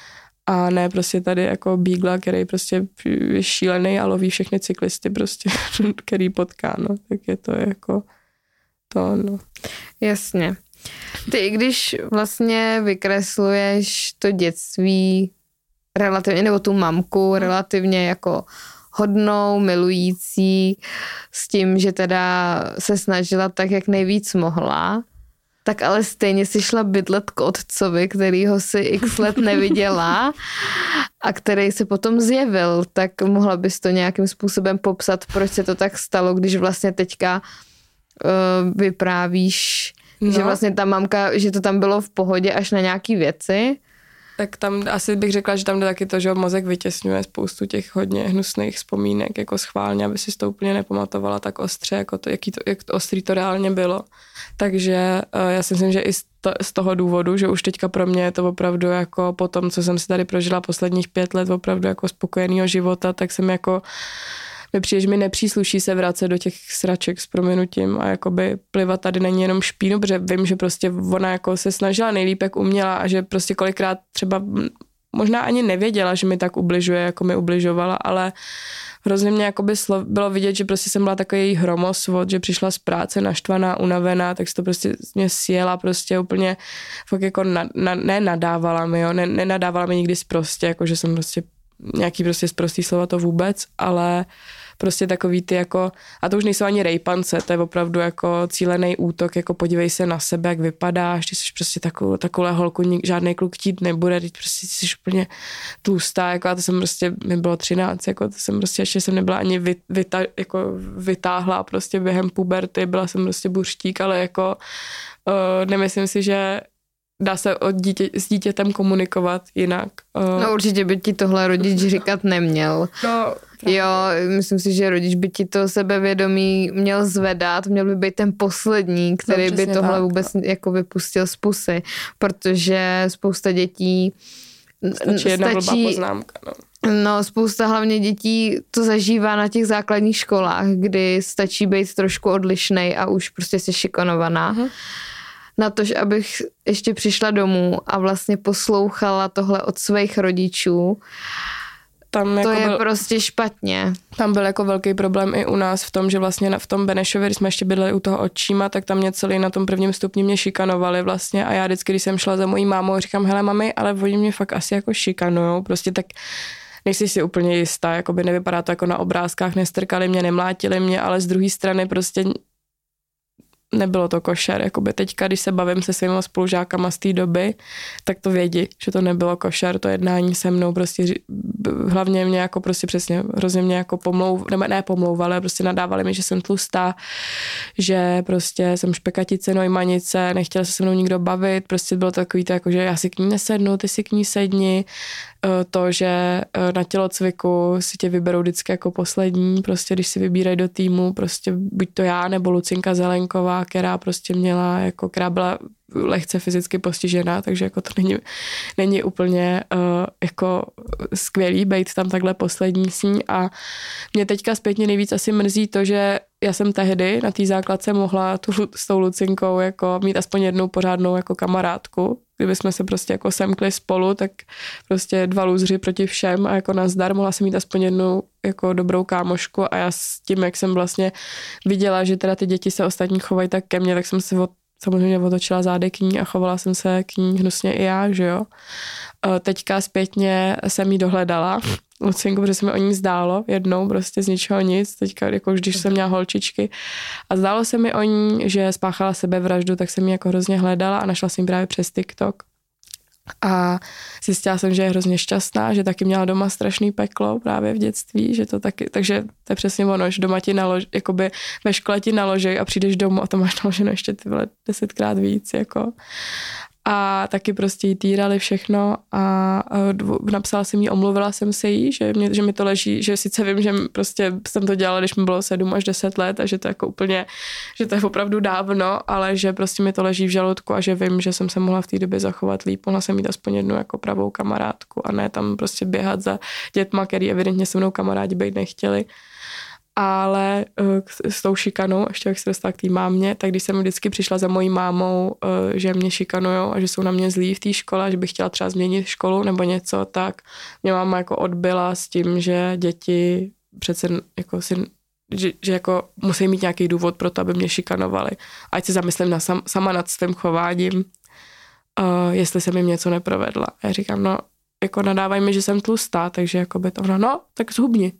A ne prostě tady jako Beagla, který prostě je šílený a loví všechny cyklisty prostě, který potká, no. Tak je to jako to, no. Jasně. Ty, i když vlastně vykresluješ to dětství relativně, nebo tu mamku relativně jako hodnou, milující, s tím, že teda se snažila tak, jak nejvíc mohla, tak ale stejně si šla bydlet k otcovi, kterýho si x let neviděla a který se potom zjevil. Tak mohla bys to nějakým způsobem popsat, proč se to tak stalo, když vlastně teďka uh, vyprávíš, no. Že vlastně ta mamka, že to tam bylo v pohodě až na nějaký věci. Tak tam asi bych řekla, že tam jde taky to, že mozek vytěsňuje spoustu těch hodně hnusných vzpomínek, jako schválně, aby si to úplně nepamatovala tak ostře, jako to, jaký to, jak to ostrý to reálně bylo. Takže uh, já si myslím, že i z, to, z toho důvodu, že už teďka pro mě je to opravdu jako po tom, co jsem si tady prožila posledních pět let opravdu jako spokojenýho života, tak jsem jako mi přijde, že mi nepřísluší se vracet do těch sraček s prominutím a jakoby plivat tady není jenom špínu, protože vím, že prostě ona jako se snažila nejlíp, jak uměla a že prostě kolikrát třeba možná ani nevěděla, že mi tak ubližuje, jako mi ubližovala, ale hrozně mě jakoby slo, bylo vidět, že prostě jsem byla takový její hromosvod, že přišla z práce naštvaná, unavená, tak se to prostě mě sjela prostě úplně, fakt jako na, na, ne nadávala mi, jo, ne, nenadávala mi nikdy sprostě, jako že jsem prostě nějaký prostě sprostý slova to vůbec, ale prostě takový ty jako, a to už nejsou ani rejpance, to je opravdu jako cílený útok, jako podívej se na sebe, jak vypadáš, ty jsi prostě takovou, takovou holku, nik, žádný kluk chtít nebude, teď prostě jsi úplně tlustá, jako a to jsem prostě, mi bylo třináct, jako to jsem prostě, ještě jsem nebyla ani vy, vyta, jako vytáhla prostě během puberty, byla jsem prostě burštík, ale jako uh, nemyslím si, že dá se od dítě, s dítětem komunikovat jinak. Uh, no určitě by ti tohle rodič říkat neměl. No, jo, myslím si, že rodič by ti to sebevědomí měl zvedat, měl by být ten poslední, který no, by tohle tak, vůbec no. jako vypustil z pusy, protože spousta dětí stačí jedna blbá poznámka. No. No, spousta hlavně dětí to zažívá na těch základních školách, kdy stačí být trošku odlišnej a už prostě jsi šikanovaná. Uh-huh. Na to, abych ještě přišla domů a vlastně poslouchala tohle od svých rodičů, tam jako to je byl, prostě špatně. Tam byl jako velký problém i u nás v tom, že vlastně v tom Benešově, když jsme ještě bydleli u toho otčíma, tak tam mě celý na tom prvním stupni mě šikanovali vlastně a já vždycky, když jsem šla za mojí mámou, říkám, hele mami, ale oni mě fakt asi jako šikanujou, prostě tak nejsi si úplně jistá, jakoby nevypadá to jako na obrázkách, nestrkali mě, nemlátili mě, ale z druhé strany prostě nebylo to košer, jakoby teďka, když se bavím se svýma spolužákama z té doby, tak to vědí, že to nebylo košer, to jednání se mnou prostě hlavně mě jako prostě přesně hrozně mě jako pomlouv, ne, ne pomlouvali, prostě nadávali mi, že jsem tlustá, že prostě jsem špekatice, nojmanice, nechtěla se se mnou nikdo bavit, prostě bylo to takový to jako, že já si k ní nesednu, ty si k ní sedni, to, že na tělocviku si tě vyberou vždycky jako poslední, prostě když si vybírají do týmu, prostě buď to já nebo Lucinka Zelenková, která prostě měla, jako, která byla lehce fyzicky postižená, takže jako to není, není úplně uh, jako skvělý být tam takhle poslední s ní a mě teďka zpětně nejvíc asi mrzí to, že já jsem tehdy na té základce mohla tu, s tou Lucinkou jako mít aspoň jednou pořádnou jako kamarádku, kdyby jsme se prostě jako semkli spolu, tak prostě dva lůzři proti všem a jako nazdar mohla jsem mít aspoň jednu jako dobrou kámošku a já s tím, jak jsem vlastně viděla, že teda ty děti se ostatní chovají tak ke mně, tak jsem se od, samozřejmě otočila zády k ní a chovala jsem se k ní hnusně i já, že jo. Teďka zpětně jsem jí dohledala, Lucinku, protože se mi o ní zdálo jednou, prostě z ničeho nic, teďka jako když jsem měla holčičky a zdálo se mi o ní, že spáchala sebevraždu, tak jsem ji jako hrozně hledala a našla jsem ji právě přes TikTok a zjistila jsem, že je hrozně šťastná, že taky měla doma strašný peklo právě v dětství, že to taky, takže to je přesně ono, že doma ti nalož, jakoby ve škole ti naložej a přijdeš domů a to máš naloženo ještě ty vole desetkrát víc, jako. A taky prostě jí týrali všechno a napsala jsem jí, omluvila jsem se jí, že, mě, že mi to leží, že sice vím, že prostě jsem to dělala, když mi bylo sedm až deset let a že to jako úplně, že to je opravdu dávno, ale že prostě mi to leží v žaludku a že vím, že jsem se mohla v té době zachovat líp, mohla jsem mít aspoň jednu jako pravou kamarádku a ne tam prostě běhat za dětma, který evidentně se mnou kamarádi být nechtěli. Ale uh, s tou šikanou, ještě jak se dostala k té mámě, tak když jsem vždycky přišla za mojí mámou, uh, že mě šikanujou a že jsou na mě zlí v té škole, že bych chtěla třeba změnit školu nebo něco, tak mě máma jako odbyla s tím, že děti přece jako si, že, že jako musí mít nějaký důvod pro to, aby mě šikanovali. Ať si zamyslím na sam, sama nad svým chováním, uh, jestli jsem jim něco neprovedla. A já říkám, no, jako nadávají mi, že jsem tlustá, takže jako by to, no, tak zhubni.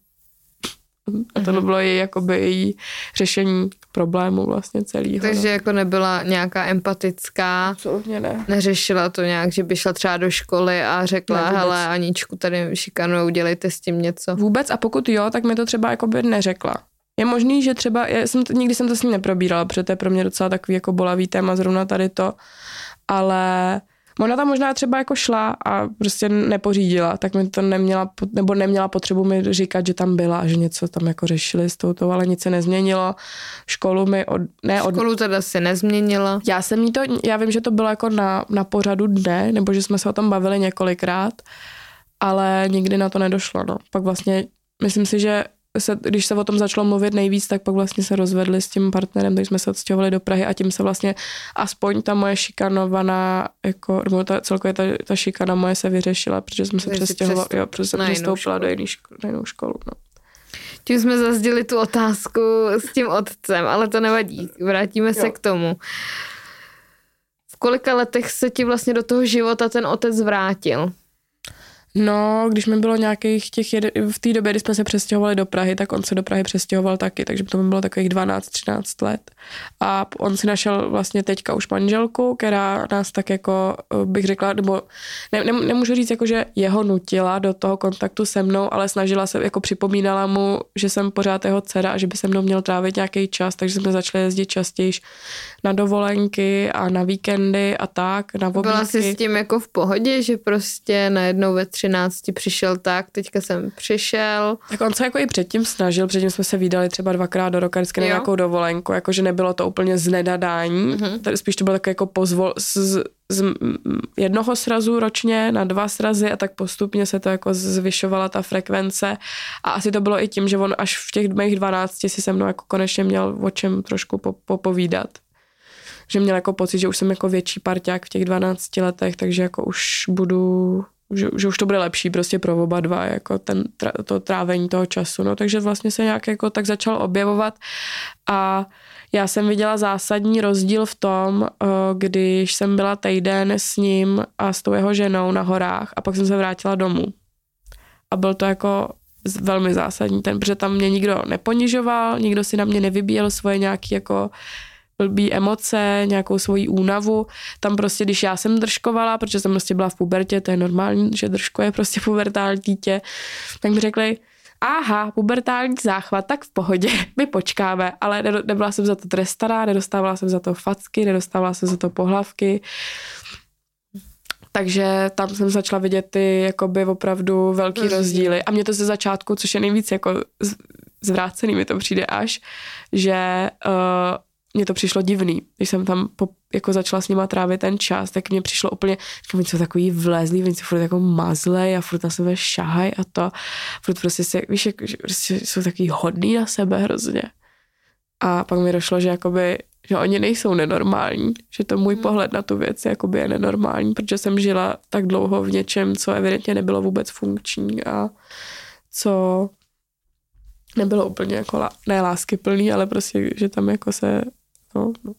A to by bylo její, jakoby, její řešení problému vlastně celýho. Takže no. jako nebyla nějaká empatická. Absolutně ne. Neřešila to nějak, že by šla třeba do školy a řekla, ne, hele Aničku, tady šikanujou, dělejte s tím něco. Vůbec a pokud jo, tak mi to třeba jakoby neřekla. Je možný, že třeba, já jsem to, nikdy jsem to s ní neprobírala, protože to je pro mě docela takový jako bolavý téma zrovna tady to, ale ona tam možná třeba jako šla a prostě nepořídila, tak mi to neměla, nebo neměla potřebu mi říkat, že tam byla, že něco tam jako řešili s touto, ale nic se nezměnilo. Školu mi od, ne od... Školu teda si nezměnila. Já jsem jí to, já vím, že to bylo jako na, na pořadu dne, nebo že jsme se o tom bavili několikrát, ale nikdy na to nedošlo, no. Pak vlastně, myslím si, že se, když se o tom začalo mluvit nejvíc, tak pak vlastně se rozvedli s tím partnerem, takže jsme se odstěhovali do Prahy a tím se vlastně aspoň ta moje šikanovaná, jako, nebo ta, celkově ta, ta šikana moje se vyřešila, protože jsme se přestěhovali, jo, protože jsem přestoupila do jiný ško, na jinou školu. No. Tím jsme zazdili tu otázku s tím otcem, ale to nevadí, vrátíme jo. se k tomu. V kolika letech se ti vlastně do toho života ten otec vrátil? No, když mi bylo nějakých těch, jed... v té době, kdy jsme se přestěhovali do Prahy, tak on se do Prahy přestěhoval taky, takže to mi bylo takových dvanáct třináct let. A on si našel vlastně teďka už manželku, která nás tak jako, bych řekla, nebo ne, ne, nemůžu říct jako, že jeho nutila do toho kontaktu se mnou, ale snažila se, jako připomínala mu, že jsem pořád jeho dcera a že by se mnou měl trávit nějaký čas, takže jsme začali jezdit častěji na dovolenky a na víkendy a tak, na obídky. Byla jsi s tím jako v pohodě, že prostě najednou ve třinácti přišel tak, teďka jsem přišel. Tak on se jako i předtím snažil, předtím jsme se vídali třeba dvakrát do roka, vždycky na nějakou dovolenku, jakože nebylo to úplně z nedadání, mm-hmm. tady spíš to bylo takové jako pozvol z, z jednoho srazu ročně na dva srazy a tak postupně se to jako zvyšovala ta frekvence a asi to bylo i tím, že on až v těch mých dvanácti si se mnou jako konečně měl o čem trošku popovídat. Že měl jako pocit, že už jsem jako větší parťák v těch dvanácti letech, takže jako už budu... Že, že už to bude lepší prostě pro oba dva, jako ten, to trávení toho času, no, takže vlastně se nějak jako tak začal objevovat a já jsem viděla zásadní rozdíl v tom, když jsem byla týden s ním a s tou jeho ženou na horách a pak jsem se vrátila domů. A byl to jako velmi zásadní ten, protože tam mě nikdo neponižoval, nikdo si na mě nevybíjel svoje nějaký jako blbý emoce, nějakou svoji únavu. Tam prostě, když já jsem držkovala, protože jsem prostě byla v pubertě, to je normální, že držkuje prostě pubertální dítě, tak mi řekli, aha, pubertální záchvat, tak v pohodě, my počkáme, ale nebyla jsem za to trestaná, nedostávala jsem za to facky, nedostávala jsem za to pohlavky. Takže tam jsem začala vidět ty jakoby opravdu velký rozdíly. rozdíly. A mě to ze začátku, což je nejvíc jako zvrácený, mi to přijde až, že uh, mně to přišlo divný. Když jsem tam po, jako začala s nima trávit ten čas, tak mně přišlo úplně, že oni jsou takový vlezlí, oni jsou furt jako mazlej a furt na sebe šahaj a to. Furt prostě se, víš, jak, že prostě jsou takový hodný na sebe hrozně. A pak mi došlo, že jakoby, že oni nejsou nenormální, že to můj pohled na tu věc jakoby je nenormální, protože jsem žila tak dlouho v něčem, co evidentně nebylo vůbec funkční a co nebylo úplně jako lá, ne láskyplný, ale prostě, že tam jako se no, no.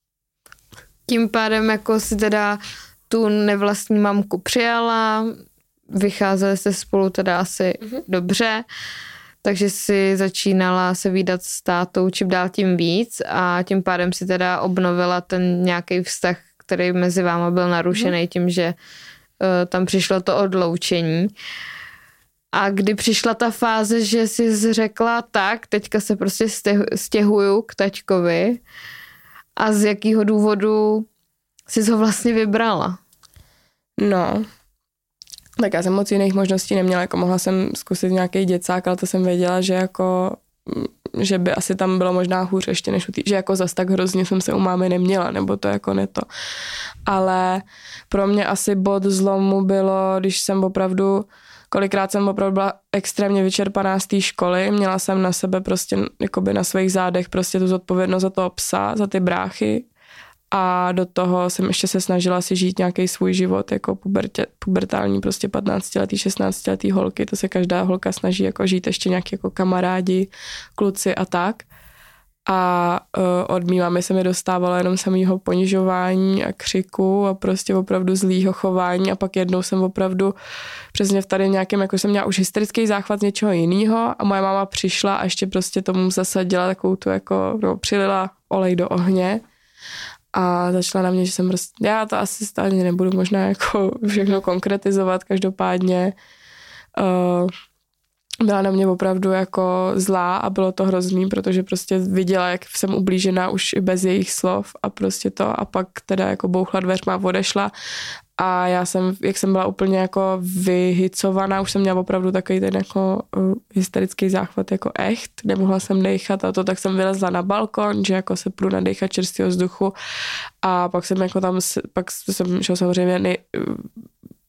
Tím pádem jako si teda tu nevlastní mamku přijala, vycházeli jste spolu teda asi mm-hmm. dobře, takže si začínala se vídat s tátou čím dál tím víc a tím pádem si teda obnovila ten nějaký vztah, který mezi váma byl narušený mm-hmm. tím, že uh, tam přišlo to odloučení. A kdy přišla ta fáze, že jsi řekla tak, teďka se prostě stěhuju k taťkovi a z jakého důvodu jsi ho vlastně vybrala? No, tak já jsem moc jiných možností neměla, jako mohla jsem zkusit nějaký děcák, ale to jsem věděla, že jako, že by asi tam bylo možná hůř ještě než u tý, že jako zas tak hrozně jsem se u mámy neměla, nebo to jako ne to. Ale pro mě asi bod zlomu bylo, když jsem opravdu kolikrát jsem opravdu byla extrémně vyčerpaná z té školy, měla jsem na sebe prostě, jakoby na svých zádech prostě tu zodpovědnost za toho psa, za ty bráchy a do toho jsem ještě se snažila si žít nějaký svůj život jako pubertě, pubertální prostě patnáctiletý, šestnáctiletý holky, to se každá holka snaží jako žít ještě nějaký jako kamarádi, kluci a tak. A uh, od mý mámy se mi dostávalo jenom samýho ponižování a křiku a prostě opravdu zlýho chování a pak jednou jsem opravdu přesně v tady nějakém, jako jsem měla už hysterický záchvat z něčeho jiného a moje máma přišla a ještě prostě tomu zasadila takovou tu jako, no, přilila olej do ohně a začala na mě, že jsem prostě, já to asi stále nebudu možná jako všechno konkretizovat, každopádně uh, byla na mě opravdu jako zlá a bylo to hrozný, protože prostě viděla, jak jsem ublížená už i bez jejich slov a prostě to a pak teda jako bouchla dveřma, odešla a já jsem, jak jsem byla úplně jako vyhycovaná, už jsem měla opravdu takový ten jako uh, hysterický záchvat jako echt, nemohla jsem dechat a to, tak jsem vylezla na balkon, že jako se půjdu nadechat čerstvého vzduchu a pak jsem jako tam, pak jsem šel samozřejmě nej,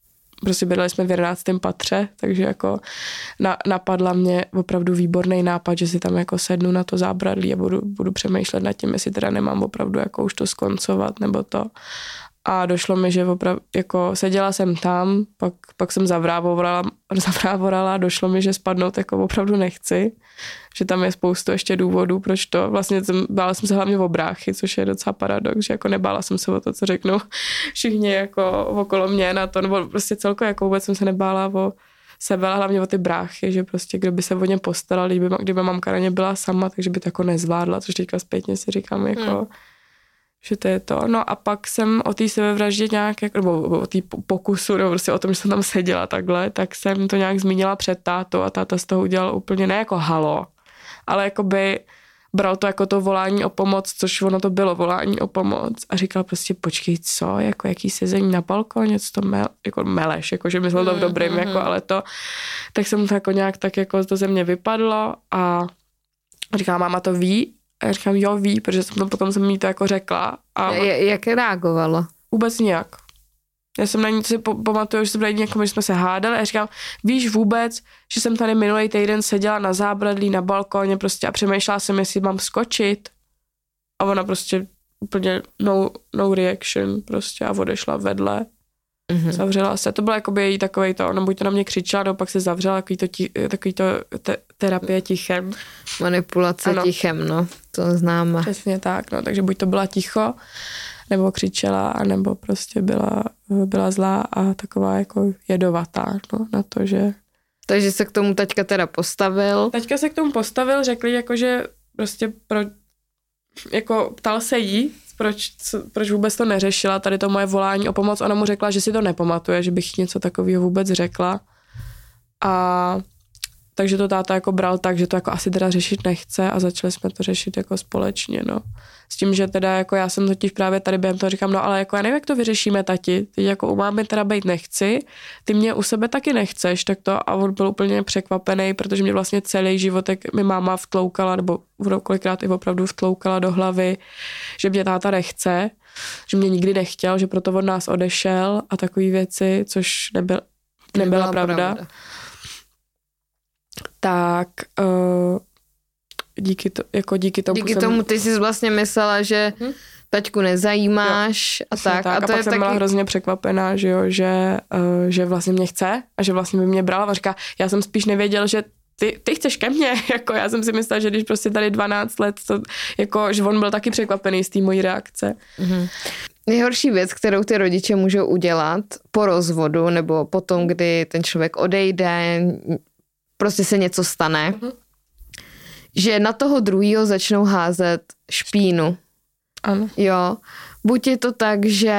prostě bydleli jsme v jedenáctém patře, takže jako na, napadla mě opravdu výborný nápad, že si tam jako sednu na to zábradlí a budu, budu přemýšlet nad tím, jestli teda nemám opravdu jako už to skoncovat nebo to. A došlo mi, že opravdu, jako seděla jsem tam, pak, pak jsem zavrávorala, zavrávorala, došlo mi, že spadnout jako opravdu nechci, že tam je spoustu ještě důvodů, proč to. Vlastně jsem, bála jsem se hlavně o bráchy, což je docela paradox, že jako nebála jsem se o to, co řeknou všichni jako okolo mě na to, nebo prostě celkově jako vůbec jsem se nebála o sebe, ale hlavně o ty bráchy, že prostě kdo by se o ně postaral, kdyby, kdyby mamka na ně byla sama, takže by to jako nezvládla, což teďka zpětně si říkám jako... Hmm. že to je to. No a pak jsem o té sebevraždě nějak, nebo o té pokusu, nebo prostě o tom, že jsem tam seděla takhle, tak jsem to nějak zmínila před tátou a táta z toho udělal úplně ne jako halo, ale jakoby bral to jako to volání o pomoc, což ono to bylo volání o pomoc a říkal prostě počkej, co, jako jaký sezení na balkóně, co to mel, jako meleš, jako že myslel to v dobrým, mm-hmm. jako, ale to, tak jsem to jako nějak tak jako to ze mě vypadlo a říká, máma to ví. A já říkám, jo, ví, protože jsem to potom jsem jí to jako řekla. A J- jak reagovalo? Vůbec nijak. Já jsem na ní si pamatuju, že jsem na ní někomu, že jsme se hádali a já říkám, víš vůbec, že jsem tady minulý týden seděla na zábradlí, na balkóně prostě a přemýšlela jsem, jestli mám skočit. A ona prostě úplně no, no reaction prostě a odešla vedle. Mm-hmm. Zavřela se. To bylo jakoby její takovej to, ona buď to na mě křičela, nebo pak se zavřela, takový to, tí, takový to te, terapie tichem. Manipulace ano. tichem, no, to známe. Přesně tak, no, takže buď to byla ticho, nebo křičela, nebo prostě byla, byla zlá a taková jako jedovatá, no, na to, že... Takže se k tomu taťka teda postavil. Taťka se k tomu postavil, řekli jako, že prostě pro, jako ptal se jí, Proč, co, proč vůbec to neřešila, tady to moje volání o pomoc. Ona mu řekla, že si to nepamatuje, že bych něco takového vůbec řekla. A takže to táta jako bral tak, že to jako asi teda řešit nechce a začali jsme to řešit jako společně, no. S tím, že teda jako já jsem totiž právě tady během toho říkám, no ale jako já nevím, jak to vyřešíme, tati. Teď jako u mámy teda bejt nechci, ty mě u sebe taky nechceš, tak to a on byl úplně překvapený, protože mě vlastně celý životek mi máma vtloukala, nebo kolikrát i opravdu vtloukala do hlavy, že mě táta nechce, že mě nikdy nechtěl, že proto od nás odešel a takové věci, což nebyl, nebyla, nebyla pravda. pravda. Tak uh, díky, to, jako díky tomu díky jsem... tomu ty jsi vlastně myslela, že hm? taťku nezajímáš jo, a tak. tak. A, a, to a pak je jsem taky... byla hrozně překvapená, že, jo, že, uh, že vlastně mě chce a že vlastně by mě brala a říká, já jsem spíš nevěděl, že ty, ty chceš ke mně, jako já jsem si myslela, že když prostě tady dvanáct let, to, jako, že on byl taky překvapený z té mojí reakce. Mhm. Nejhorší věc, kterou ty rodiče můžou udělat po rozvodu nebo potom, kdy ten člověk odejde, prostě se něco stane, uh-huh. že na toho druhýho začnou házet špínu. Ano. Jo. Buď je to tak, že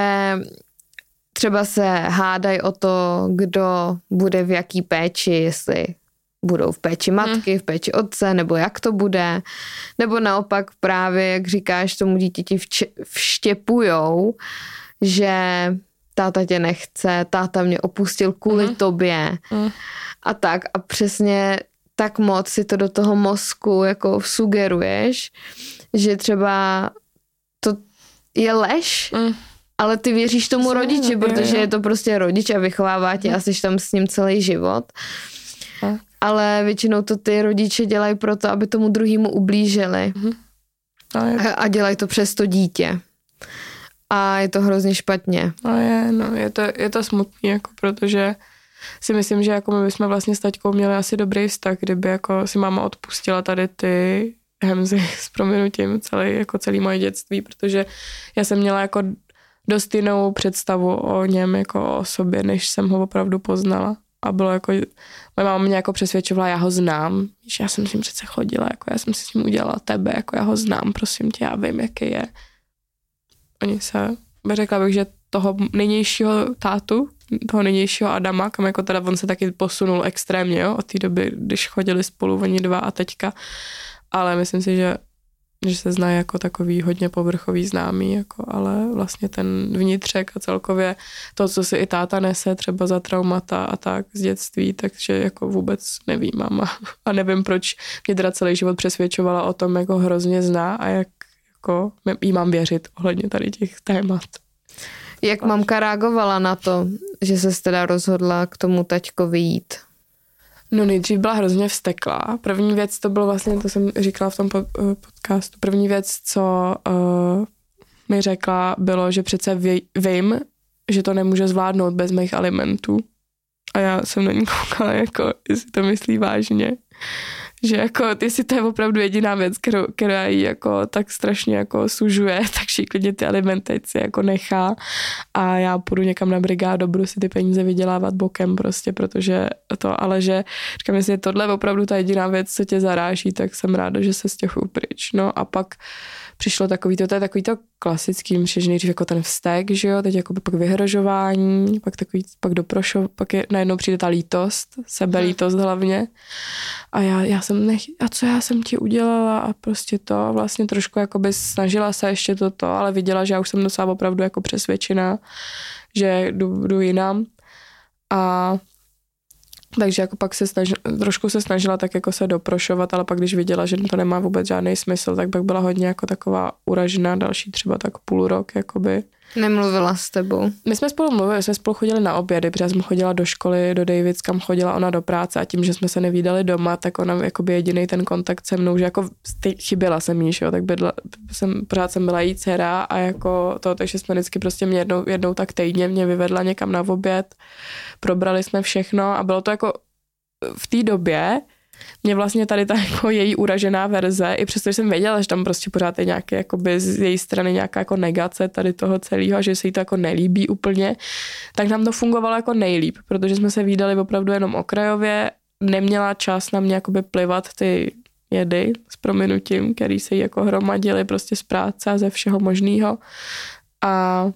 třeba se hádají o to, kdo bude v jaký péči, jestli budou v péči matky, hmm. v péči otce, nebo jak to bude. Nebo naopak právě, jak říkáš, tomu dítěti vč- vštěpujou, že táta tě nechce, táta mě opustil kvůli hmm. tobě. Hmm. A tak a přesně tak moc si to do toho mozku jako sugeruješ, že třeba to je lež, mm. ale ty věříš tomu Jsi rodiči, je, protože je, je to prostě rodič a vychovává tě mm. a jsi tam s ním celý život. Mm. Ale většinou to ty rodiče dělají proto, aby tomu druhému ublížili. Mm. A, a dělají to přes to dítě. A je to hrozně špatně. A je, no, je to, je to smutný, jako protože si myslím, že jako my bychom vlastně s taťkou měli asi dobrý vztah, kdyby jako si máma odpustila tady ty hemzy s prominutím celý, jako celý moje dětství, protože já jsem měla jako dost jinou představu o něm, jako o sobě, než jsem ho opravdu poznala. A bylo jako, moje máma mě jako přesvědčovala, já ho znám, že já jsem s ním přece chodila, jako já jsem si s ním udělala tebe, jako já ho znám, prosím tě, já vím, jaký je. Oni se, řekla bych, že toho nynějšího tátu, toho nynějšího Adama, kam jako teda on se taky posunul extrémně, jo, od té doby, když chodili spolu oni dva a teďka, ale myslím si, že, že se znají jako takový hodně povrchový známý, jako, ale vlastně ten vnitřek a celkově to, co si i táta nese třeba za traumata a tak z dětství, takže jako vůbec nevím máma a nevím, proč mě teda celý život přesvědčovala o tom, jak ho hrozně zná a jak jako jí mám věřit ohledně tady těch témat. Jak mamka reagovala na to, že se teda rozhodla k tomu taťkovi jít? No nejdřív byla hrozně vzteklá. První věc, to bylo vlastně, to jsem říkala v tom podcastu, první věc, co uh, mi řekla, bylo, že přece vím, že to nemůže zvládnout bez mých alimentů. A já jsem na ní koukala, jako, jestli to myslí vážně. Že jako, jestli to je opravdu jediná věc, kterou, která jí jako tak strašně jako sužuje, tak si klidně ty alimenty jako nechá a já půjdu někam na brigádu, budu si ty peníze vydělávat bokem prostě, protože to, ale že říkám, jestli je tohle opravdu ta jediná věc, co tě zaráží, tak jsem ráda, že se stěhuju pryč. No a pak přišlo takový to, to je takový to klasický, že nejdřív jako ten vztek, že jo, teď jako pak vyhrožování, pak takový, pak doprošov, pak je, najednou přijde ta lítost, sebelítost hlavně. A já, já jsem nech, a co já jsem ti udělala a prostě to, vlastně trošku jakoby snažila se ještě toto, ale viděla, že já už jsem docela opravdu jako přesvědčená, že jdu, jdu jinam. A takže jako pak se snažila, trošku se snažila tak jako se doprošovat, ale pak když viděla, že to nemá vůbec žádný smysl, tak pak byla hodně jako taková uražená další třeba tak půl rok, jakoby. Nemluvila s tebou? My jsme spolu mluvili, jsme spolu chodili na obědy, protože jsem chodila do školy, do Davids, kam chodila ona do práce a tím, že jsme se nevídali doma, tak ona jakoby jediný ten kontakt se mnou, že jako chyběla jsem jí, jo, tak bydla, jsem, pořád jsem byla jí dcera a jako to, takže jsme vždycky prostě mě jednou, jednou tak týdně mě vyvedla někam na oběd, probrali jsme všechno a bylo to jako v té době, mě vlastně tady ta jako její uražená verze, i přesto, že jsem věděla, že tam prostě pořád je nějaké jakoby z její strany nějaká jako negace tady toho celého, že se jí to jako nelíbí úplně, tak nám to fungovalo jako nejlíp, protože jsme se vídali opravdu jenom okrajově, neměla čas na mě jakoby plivat ty jedy s prominutím, který se jí jako hromadily prostě z práce a ze všeho možného. A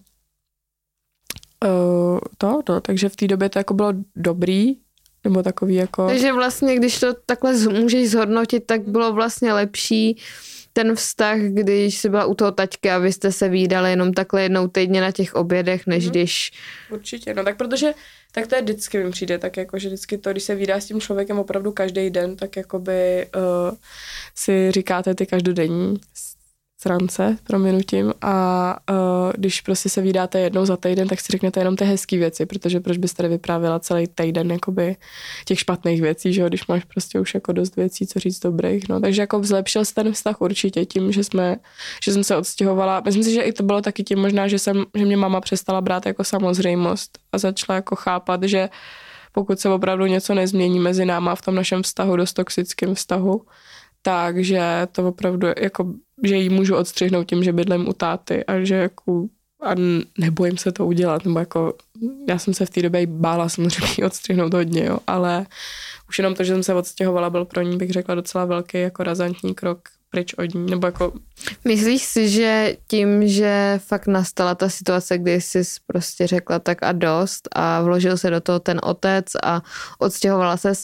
uh, to, to, takže v té době to jako bylo dobrý, nebo takový jako... Takže vlastně, když to takhle můžeš zhodnotit, tak bylo vlastně lepší ten vztah, když jsi byla u toho taťky a vy jste se vídali jenom takhle jednou týdně na těch obědech, než hmm. když... Určitě, no tak protože, tak to je vždycky mi přijde, tak jako, že vždycky to, když se vídá s tím člověkem opravdu každý den, tak jakoby uh, si říkáte ty každodenní srance, prominutím, a uh, když prostě se vídáte jednou za týden, tak si řeknete jenom ty hezký věci, protože proč byste tady vyprávěla celý týden jakoby těch špatných věcí, že jo, když máš prostě už jako dost věcí, co říct dobrých, no, takže jako zlepšil se ten vztah určitě tím, že jsme, že jsem se odstěhovala, myslím si, že i to bylo taky tím možná, že jsem, že mě mama přestala brát jako samozřejmost a začala jako chápat, že pokud se opravdu něco nezmění mezi náma v tom našem vztahu, dost toxickém vztahu, takže to opravdu jako, že jí můžu odstřihnout tím, že bydlím u táty a že jako a nebojím se to udělat, nebo jako já jsem se v té době bála samozřejmě jí odstřihnout hodně, jo, ale už jenom to, že jsem se odstěhovala, byl pro ní, bych řekla, docela velký jako razantní krok pryč od ní, nebo jako... Myslíš si, že tím, že fakt nastala ta situace, kdy jsi prostě řekla tak a dost a vložil se do toho ten otec a odstěhovala ses,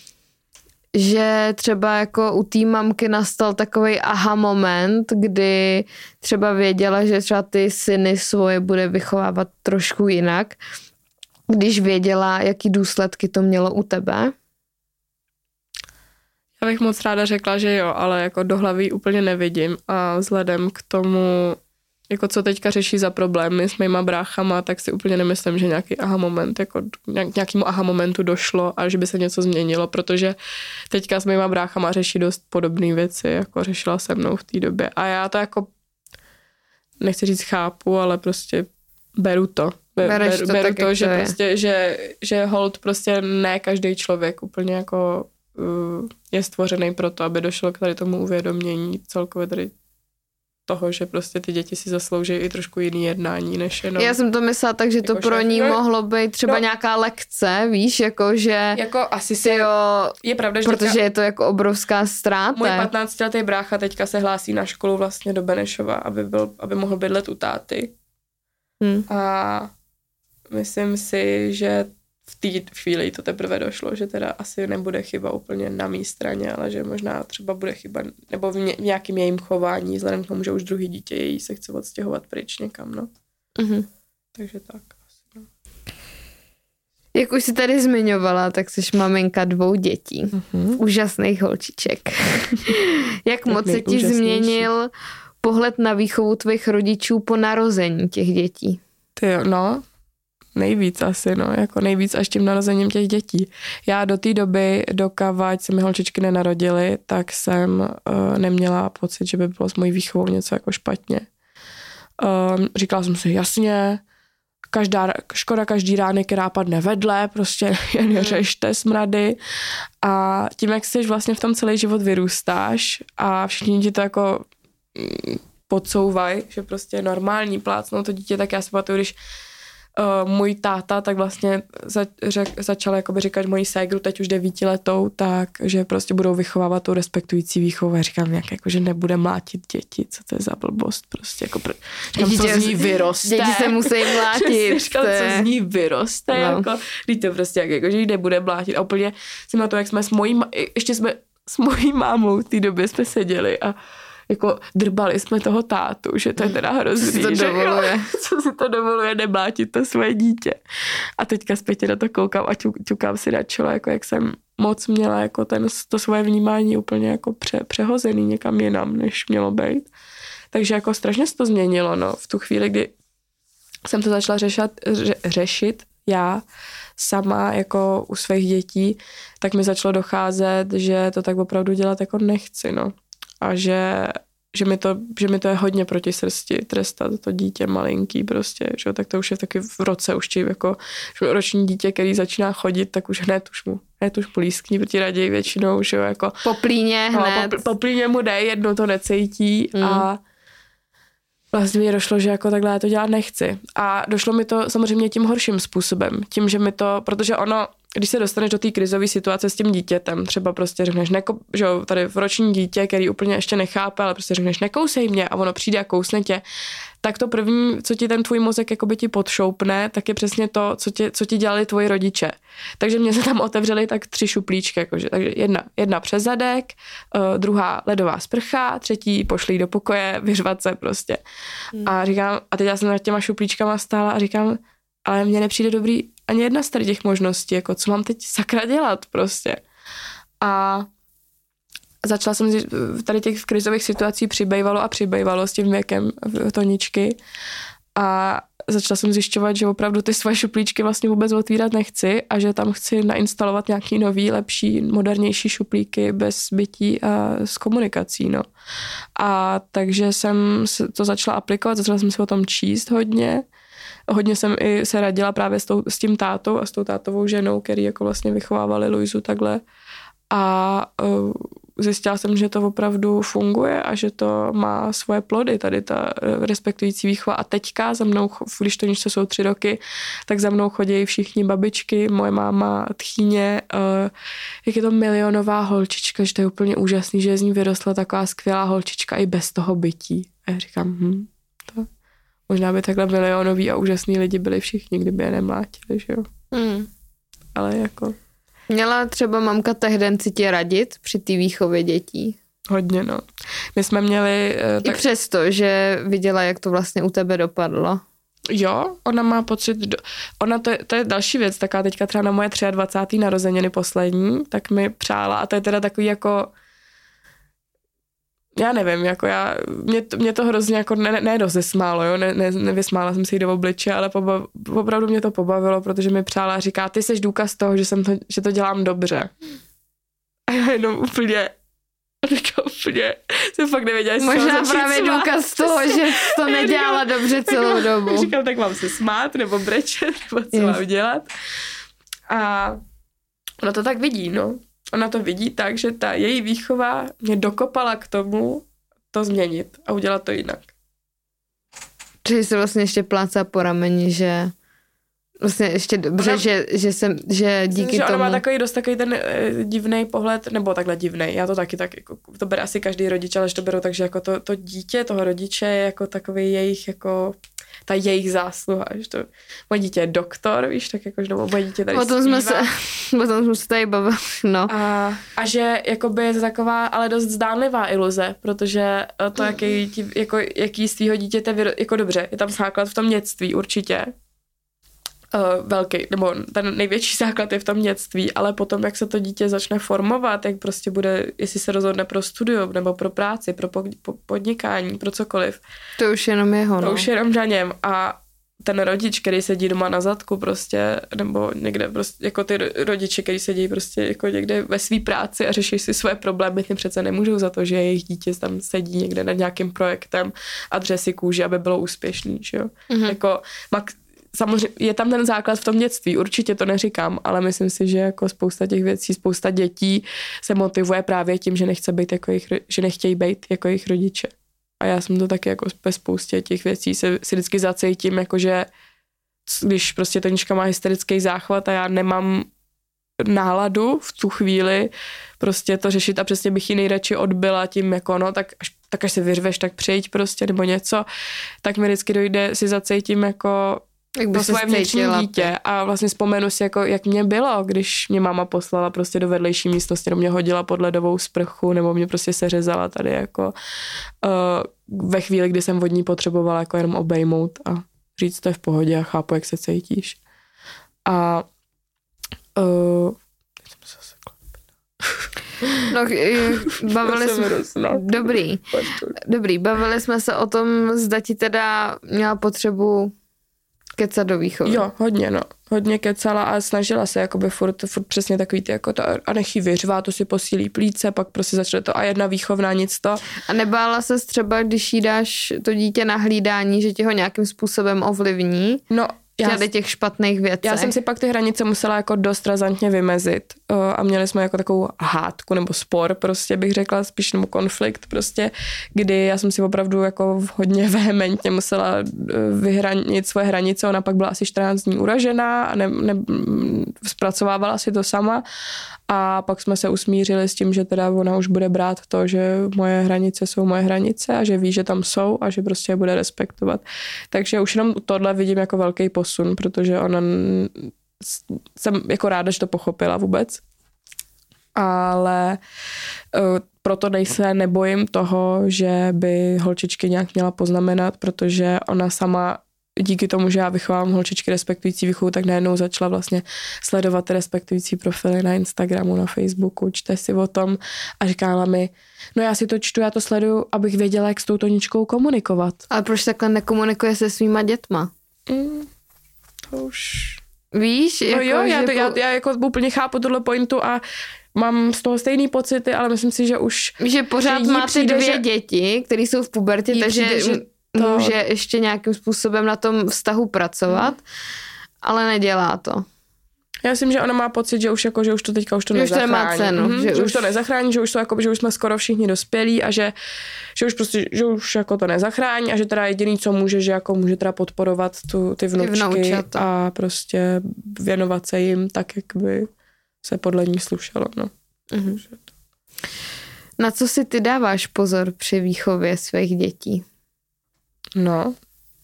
že třeba jako u té mamky nastal takovej aha moment, kdy třeba věděla, že třeba ty syny svoje bude vychovávat trošku jinak, když věděla, jaký důsledky to mělo u tebe? Já bych moc ráda řekla, že jo, ale jako do hlavy úplně nevidím a vzhledem k tomu, jako co teďka řeší za problémy s mýma bráchama, tak si úplně nemyslím, že nějaký aha moment, jako nějakému aha momentu došlo a že by se něco změnilo, protože teďka s mýma bráchama řeší dost podobné věci, jako řešila se mnou v té době. A já to jako, nechci říct chápu, ale prostě beru to. Be, Bereš beru to, beru tak, to, že to prostě, že, že hold prostě ne každý člověk úplně jako uh, je stvořený pro to, aby došlo k tady tomu uvědomění celkově tady toho, že prostě ty děti si zaslouží i trošku jiný jednání, než jenom... Já jsem to myslela tak, že to jako pro šéf, ní no, mohlo být třeba no, nějaká lekce, víš, jako že... Jako asi si... Jo, je pravda, že protože teďka, je to jako obrovská ztráta. můj patnáctiletý brácha teďka se hlásí na školu vlastně do Benešova, aby, byl, aby mohl bydlet u táty. Hmm. A myslím si, že v té chvíli to teprve došlo, že teda asi nebude chyba úplně na mý straně, ale že možná třeba bude chyba, nebo v, ně, v nějakým jejím chování, vzhledem k tomu, že už druhý dítě její se chce odstěhovat pryč někam, no. Mm-hmm. Takže tak. Asi, no. Jak už jsi tady zmiňovala, tak jsi maminka dvou dětí. Mm-hmm. Úžasných holčiček. Jak moc se ti změnil pohled na výchovu tvých rodičů po narození těch dětí? Ty jo, no, nejvíc asi, no, jako nejvíc až tím narozením těch dětí. Já do té doby, dokavať se mi holčičky nenarodily, tak jsem uh, neměla pocit, že by bylo s mojí výchovou něco jako špatně. Um, říkala jsem si, jasně, každá, škoda každý rány, která padne vedle, prostě jen mm. řešte smrady. A tím, jak jsi vlastně v tom celý život vyrůstáš a všichni ti to jako podsouvají, že prostě je normální plácnout to dítě, tak já si pamatuju, když uh, můj táta tak vlastně za, řek, začal jakoby říkat mojí ségru, teď už devítiletou, tak že prostě budou vychovávat tu respektující výchovu. Já říkám nějak jako, že nebude mlátit děti, co to je za blbost, prostě jako pr- říkám, co z ní vyroste. Děti se musí mlátit. Říkám, co z ní vyroste, no. Jako, když to prostě jak, jako, že jí nebude mlátit. A úplně si na to, jak jsme s mojí, ještě jsme s mojí mámou v té době jsme seděli a jako drbali jsme toho tátu, že to je teda hrozný, co si to dovoluje. Jo, co si to dovoluje nemlátit to svoje dítě. A teďka zpětě na to koukám a ťukám si na čelo, jako jak jsem moc měla jako ten, to svoje vnímání úplně jako pře, přehozený někam jinam, než mělo být. Takže jako strašně se to změnilo, no. V tu chvíli, kdy jsem to začala řešat, ře, řešit já sama jako u svých dětí, tak mi začalo docházet, že to tak opravdu dělat jako nechci, no. A že, že, mi to, že mi to je hodně proti srsti trestat to dítě malinký prostě, že tak to už je taky v roce už tím jako roční dítě, který začíná chodit, tak už hned už mu, hned už mu lískní, protože raději většinou, že jo, jako po plíně hned. No, po, po plíně mu dej, jednou to necítí mm. a vlastně mi došlo, že jako takhle já to dělat nechci. A došlo mi to samozřejmě tím horším způsobem, tím, že mi to, protože ono, když se dostaneš do té krizové situace s tím dítětem, třeba prostě řekneš, neko, že jo, tady v roční dítě, který úplně ještě nechápe, ale prostě řekneš, nekousej mě a ono přijde a kousne tě, tak to první, co ti ten tvůj mozek jakoby ti podšoupne, tak je přesně to, co ti, co ti dělali tvoji rodiče. Takže mě se tam otevřely tak tři šuplíčky, jakože, takže jedna, jedna přes zadek, uh, druhá ledová sprcha, třetí pošlí do pokoje, vyřvat se prostě. Hmm. A říkám, a teď já jsem nad těma šuplíčkama stála a říkám, ale mně nepřijde dobrý ani jedna z tady těch možností, jako co mám teď sakra dělat prostě. A začala jsem tady těch krizových situací přibývalo a přibývalo s tím věkem Toničky a začala jsem zjišťovat, že opravdu ty svoje šuplíčky vlastně vůbec otvírat nechci a že tam chci nainstalovat nějaký nový, lepší, modernější šuplíky bez bytí a s komunikací, no. A takže jsem to začala aplikovat, začala jsem si o tom číst hodně. Hodně jsem i se radila právě s, tou, s tím tátou a s tou tátovou ženou, který jako vlastně vychovávali Luizu takhle. A uh, zjistila jsem, že to opravdu funguje a že to má svoje plody, tady ta respektující výchova. A teďka za mnou, když to ničce jsou tři roky, tak za mnou chodí všichni babičky, moje máma, tchýně, uh, jak je to milionová holčička, že to je úplně úžasný, že z ní vyrostla taková skvělá holčička i bez toho bytí. A já říkám, hm, to možná by takhle milionoví a úžasný lidi byli všichni, kdyby je nemlátili, že jo. Hmm. Ale jako... Měla třeba mamka tehdenci tě radit při té výchově dětí? Hodně, no. My jsme měli... I tak... přesto, že viděla, jak to vlastně u tebe dopadlo. Jo, ona má pocit... Do... Ona to je, to je další věc, taká teďka třeba na moje dvacáté třetí narozeniny poslední, tak mi přála a to je teda takový jako... Já nevím, jako já, mě to, mě to hrozně jako ne, ne rozesmálo, jo, ne, ne, nevysmála jsem si jí do obliče, ale pobav, opravdu mě to pobavilo, protože mi přála a říká, ty seš důkaz toho, že, jsem to, že to dělám dobře. A já jenom úplně, říkám úplně, jsem fakt nevěděla, jestli možná právě smát. Důkaz toho, že to nedělala říkám, dobře celou říkám, dobu. Říkám, tak mám se smát, nebo brečet, nebo co yes. mám dělat. A ona to tak vidí, no. Ona to vidí tak, že ta její výchova mě dokopala k tomu to změnit a udělat to jinak. Čili se vlastně ještě plácá po rameni, že vlastně ještě dobře, ona, že, že, jsem, že díky myslím, že tomu... Ona má takový dost takový ten e, divný pohled, nebo takhle divný, já to taky tak, jako, to bere asi každý rodič, ale že to berou tak, že jako to, to dítě toho rodiče je jako takový jejich jako... ta jejich zásluha, že to moje dítě je doktor, víš, tak jako, že moje dítě tady o tom jsme se, o tom jsme se tady bavili, no. A, a že jakoby je to taková, ale dost zdánlivá iluze, protože to, jaký, jako, jaký z tvýho dítěte, jako dobře, je tam základ v tom dětství určitě, Uh, velký, nebo ten největší základ je v tom dětství, ale potom, jak se to dítě začne formovat, jak prostě bude, jestli se rozhodne pro studium, nebo pro práci, pro podnikání, pro cokoliv. To už jenom jeho, no. To už jenom na něm a ten rodič, který sedí doma na zadku prostě, nebo někde prostě, jako ty rodiče, který sedí prostě jako někde ve své práci a řeší si své problémy, ty přece nemůžou za to, že jejich dítě tam sedí někde nad nějakým projektem a dře si kůži, aby bylo úspěšný, že jo. Mm-hmm. Jako, samozřejmě je tam ten základ v tom dětství, určitě to neříkám, ale myslím si, že jako spousta těch věcí, spousta dětí se motivuje právě tím, že nechce být jako jejich, že nechtějí být jako jejich rodiče. A já jsem to taky jako ve spoustě těch věcí se, si vždycky zacítím, jakože když prostě Tonička má hysterický záchvat a já nemám náladu v tu chvíli prostě to řešit a přesně bych ji nejradši odbyla tím jako no, tak až, tak až se vyřveš, tak přijď prostě nebo něco, tak mi vždycky dojde si zacítím jako to svoje vnitřní dítě a vlastně vzpomenu si, jako, jak mě bylo, když mě máma poslala prostě do vedlejší místnosti, nebo mě hodila pod ledovou sprchu, nebo mě prostě seřezala tady jako uh, ve chvíli, kdy jsem od ní potřebovala jako jenom obejmout a říct, to je v pohodě a chápu, jak se cítíš. A uh, No, bavili jsme, dobrý, dobrý, bavili jsme se o tom, zda ti teda měla potřebu kecat do výchovy. Jo, hodně, no. Hodně kecala a snažila se, jakoby furt, furt přesně takový ty, jako to, a nech jí vyřvá, to si posílí plíce, pak prostě začne to a jedna výchovná, nic to. A nebála ses třeba, když jí dáš to dítě na hlídání, že ti ho nějakým způsobem ovlivní? No, já, těch špatných věcí. Já jsem si pak ty hranice musela jako dost razantně vymezit a měli jsme jako takovou hádku nebo spor, prostě bych řekla, spíš nebo konflikt prostě, kdy já jsem si opravdu jako hodně vehementně musela vyhranit svoje hranice, ona pak byla asi čtrnáct dní uražená a ne, ne, zpracovávala si to sama a pak jsme se usmířili s tím, že teda ona už bude brát to, že moje hranice jsou moje hranice a že ví, že tam jsou a že prostě je bude respektovat. Takže už jenom tohle vidím jako velký posun, protože ona jsem jako ráda, že to pochopila vůbec. Ale uh, proto nejse nebojím toho, že by holčičky nějak měla poznamenat, protože ona sama díky tomu, že já vychovám holčičky respektující výchovu, tak najednou začala vlastně sledovat respektující profily na Instagramu, na Facebooku, čte si o tom a říkala mi, no já si to čtu, já to sleduju, abych věděla, jak s tou Toničkou komunikovat. Ale proč takhle nekomunikuje se svýma dětma? Mm, to už... Víš? No jako, jo, já, to, po... já, já jako úplně chápu tuhle pointu a mám z toho stejný pocity, ale myslím si, že už... Že pořád že máte přijde, dvě že... děti, které jsou v pubertě, takže přijde, že to... může ještě nějakým způsobem na tom vztahu pracovat, hmm. ale nedělá to. Já myslím, že ona má pocit, že už jako, že už to teďka už to nezachrání. Už to nemá cenu. Mm-hmm, že, že už to nezachrání, že už, to jako, že už jsme skoro všichni dospělí a že, že už prostě, že už jako to nezachrání a že teda jediný, co může, že jako může teda podporovat tu, ty vnučky ty a prostě věnovat se jim tak, jak by se podle ní slušelo. No. Mm-hmm. Na co si ty dáváš pozor při výchově svých dětí? No,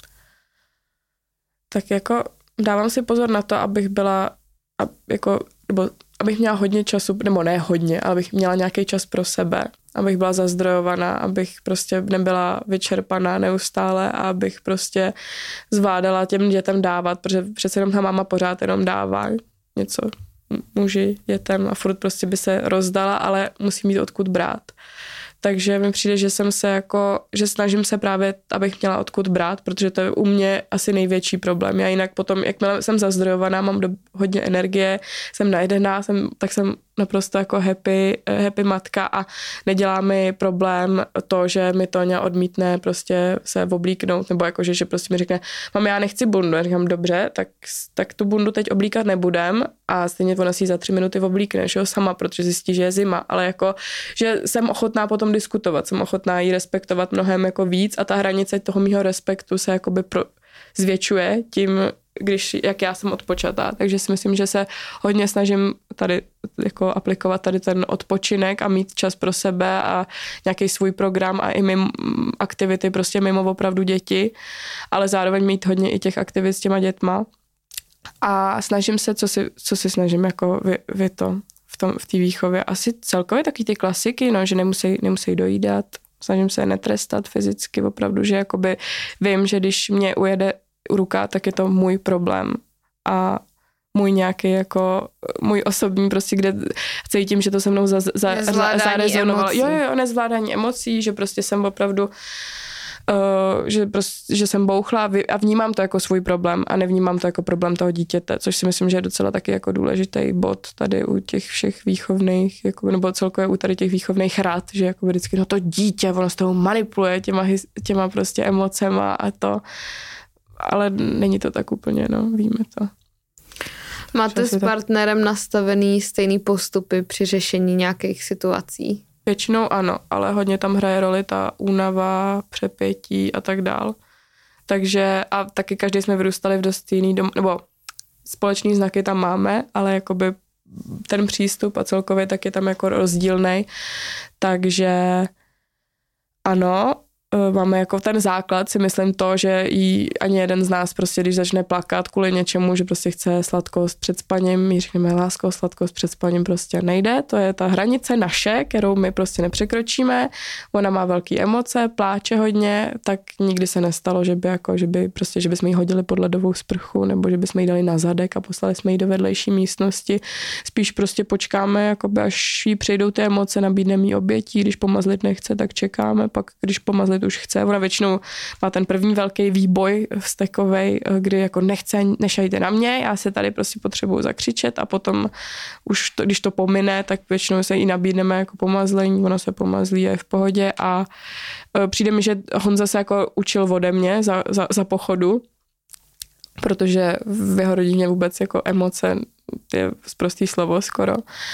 tak jako dávám si pozor na to, abych byla, ab, jako, nebo abych měla hodně času, nebo ne hodně, ale abych měla nějaký čas pro sebe, abych byla zazdrojovaná, abych prostě nebyla vyčerpaná neustále a abych prostě zvládala těm dětem dávat, protože přece jenom ta máma pořád jenom dává něco muži, dětem a furt prostě by se rozdala, ale musí mít odkud brát. Takže mi přijde, že jsem se jako, že snažím se právě, abych měla odkud brát, protože to je u mě asi největší problém. Já jinak potom, jakmile jsem zazdrojovaná, mám do, hodně energie, jsem najedená, jsem, tak jsem naprosto jako happy, happy matka a nedělá mi problém to, že mi Toňa odmítne prostě se oblíknout, nebo jakože, že prostě mi řekne, mám, já nechci bundu. Já říkám, dobře, tak, tak tu bundu teď oblíkat nebudem a stejně ona si za tři minuty oblíkneš, jo, sama, protože zjistí, že je zima, ale jako, že jsem ochotná potom diskutovat, jsem ochotná jí respektovat mnohem jako víc a ta hranice toho mýho respektu se jakoby pro, zvětšuje tím, když, jak já jsem odpočatá. Takže si myslím, že se hodně snažím tady jako aplikovat tady ten odpočinek a mít čas pro sebe a nějaký svůj program a i mimo aktivity prostě mimo opravdu děti, ale zároveň mít hodně i těch aktivit s těma dětma. A snažím se, co si, co si snažím jako vy, vy to v tom, v té výchově. Asi celkově taky ty klasiky, no, že nemusí, nemusí dojídat. Snažím se netrestat fyzicky opravdu, že jakoby vím, že když mě ujede ruka, tak je to můj problém a můj nějaký jako, můj osobní prostě, kde cítím, že to se mnou za, za, za, zarezonovalo. Jo, jo, jo, nezvládání emocí, že prostě jsem opravdu uh, že, prostě, že jsem bouchla a vnímám to jako svůj problém a nevnímám to jako problém toho dítěte, což si myslím, že je docela taky jako důležitý bod tady u těch všech výchovných, jako, nebo celkově u tady těch výchovných rad, že jako vždycky no to dítě, ono s toho manipuluje těma, těma prostě emocema a to, ale není to tak úplně, no, víme to. Máte s partnerem nastavený stejný postupy při řešení nějakých situací? Většinou ano, ale hodně tam hraje roli ta únava, přepětí a tak dál. Takže a taky každý jsme vyrůstali v dost jiný dom, nebo společný znaky tam máme, ale jakoby ten přístup a celkově tak je tam jako rozdílnej. Takže ano, máme jako ten základ, si myslím to, že jí ani jeden z nás prostě, když začne plakat kvůli něčemu, že prostě chce sladkost před spaním, my řekneme lásko, sladkost před spaním prostě nejde, to je ta hranice naše, kterou my prostě nepřekročíme, ona má velké emoce, pláče hodně, tak nikdy se nestalo, že by jako, že by prostě, že bychom jí hodili pod ledovou sprchu, nebo že bychom jí dali na zadek a poslali jsme jí do vedlejší místnosti, spíš prostě počkáme, jakoby až jí přijdou ty emoce, nabídneme jí obětí, když pomazlit nechce, tak čekáme, pak když pomazlit už chce. Ona většinou má ten první velký výboj vztekovej, kdy jako nechce, nešajte na mě, já se tady prostě potřebuju zakřičet a potom už to, když to pomine, tak většinou se jí nabídneme jako pomazlení, ona se pomazlí a je v pohodě a přijde mi, že Honza se jako učil ode mě za, za, za pochodu, protože v jeho rodině vůbec jako emoce je prostý slovo skoro.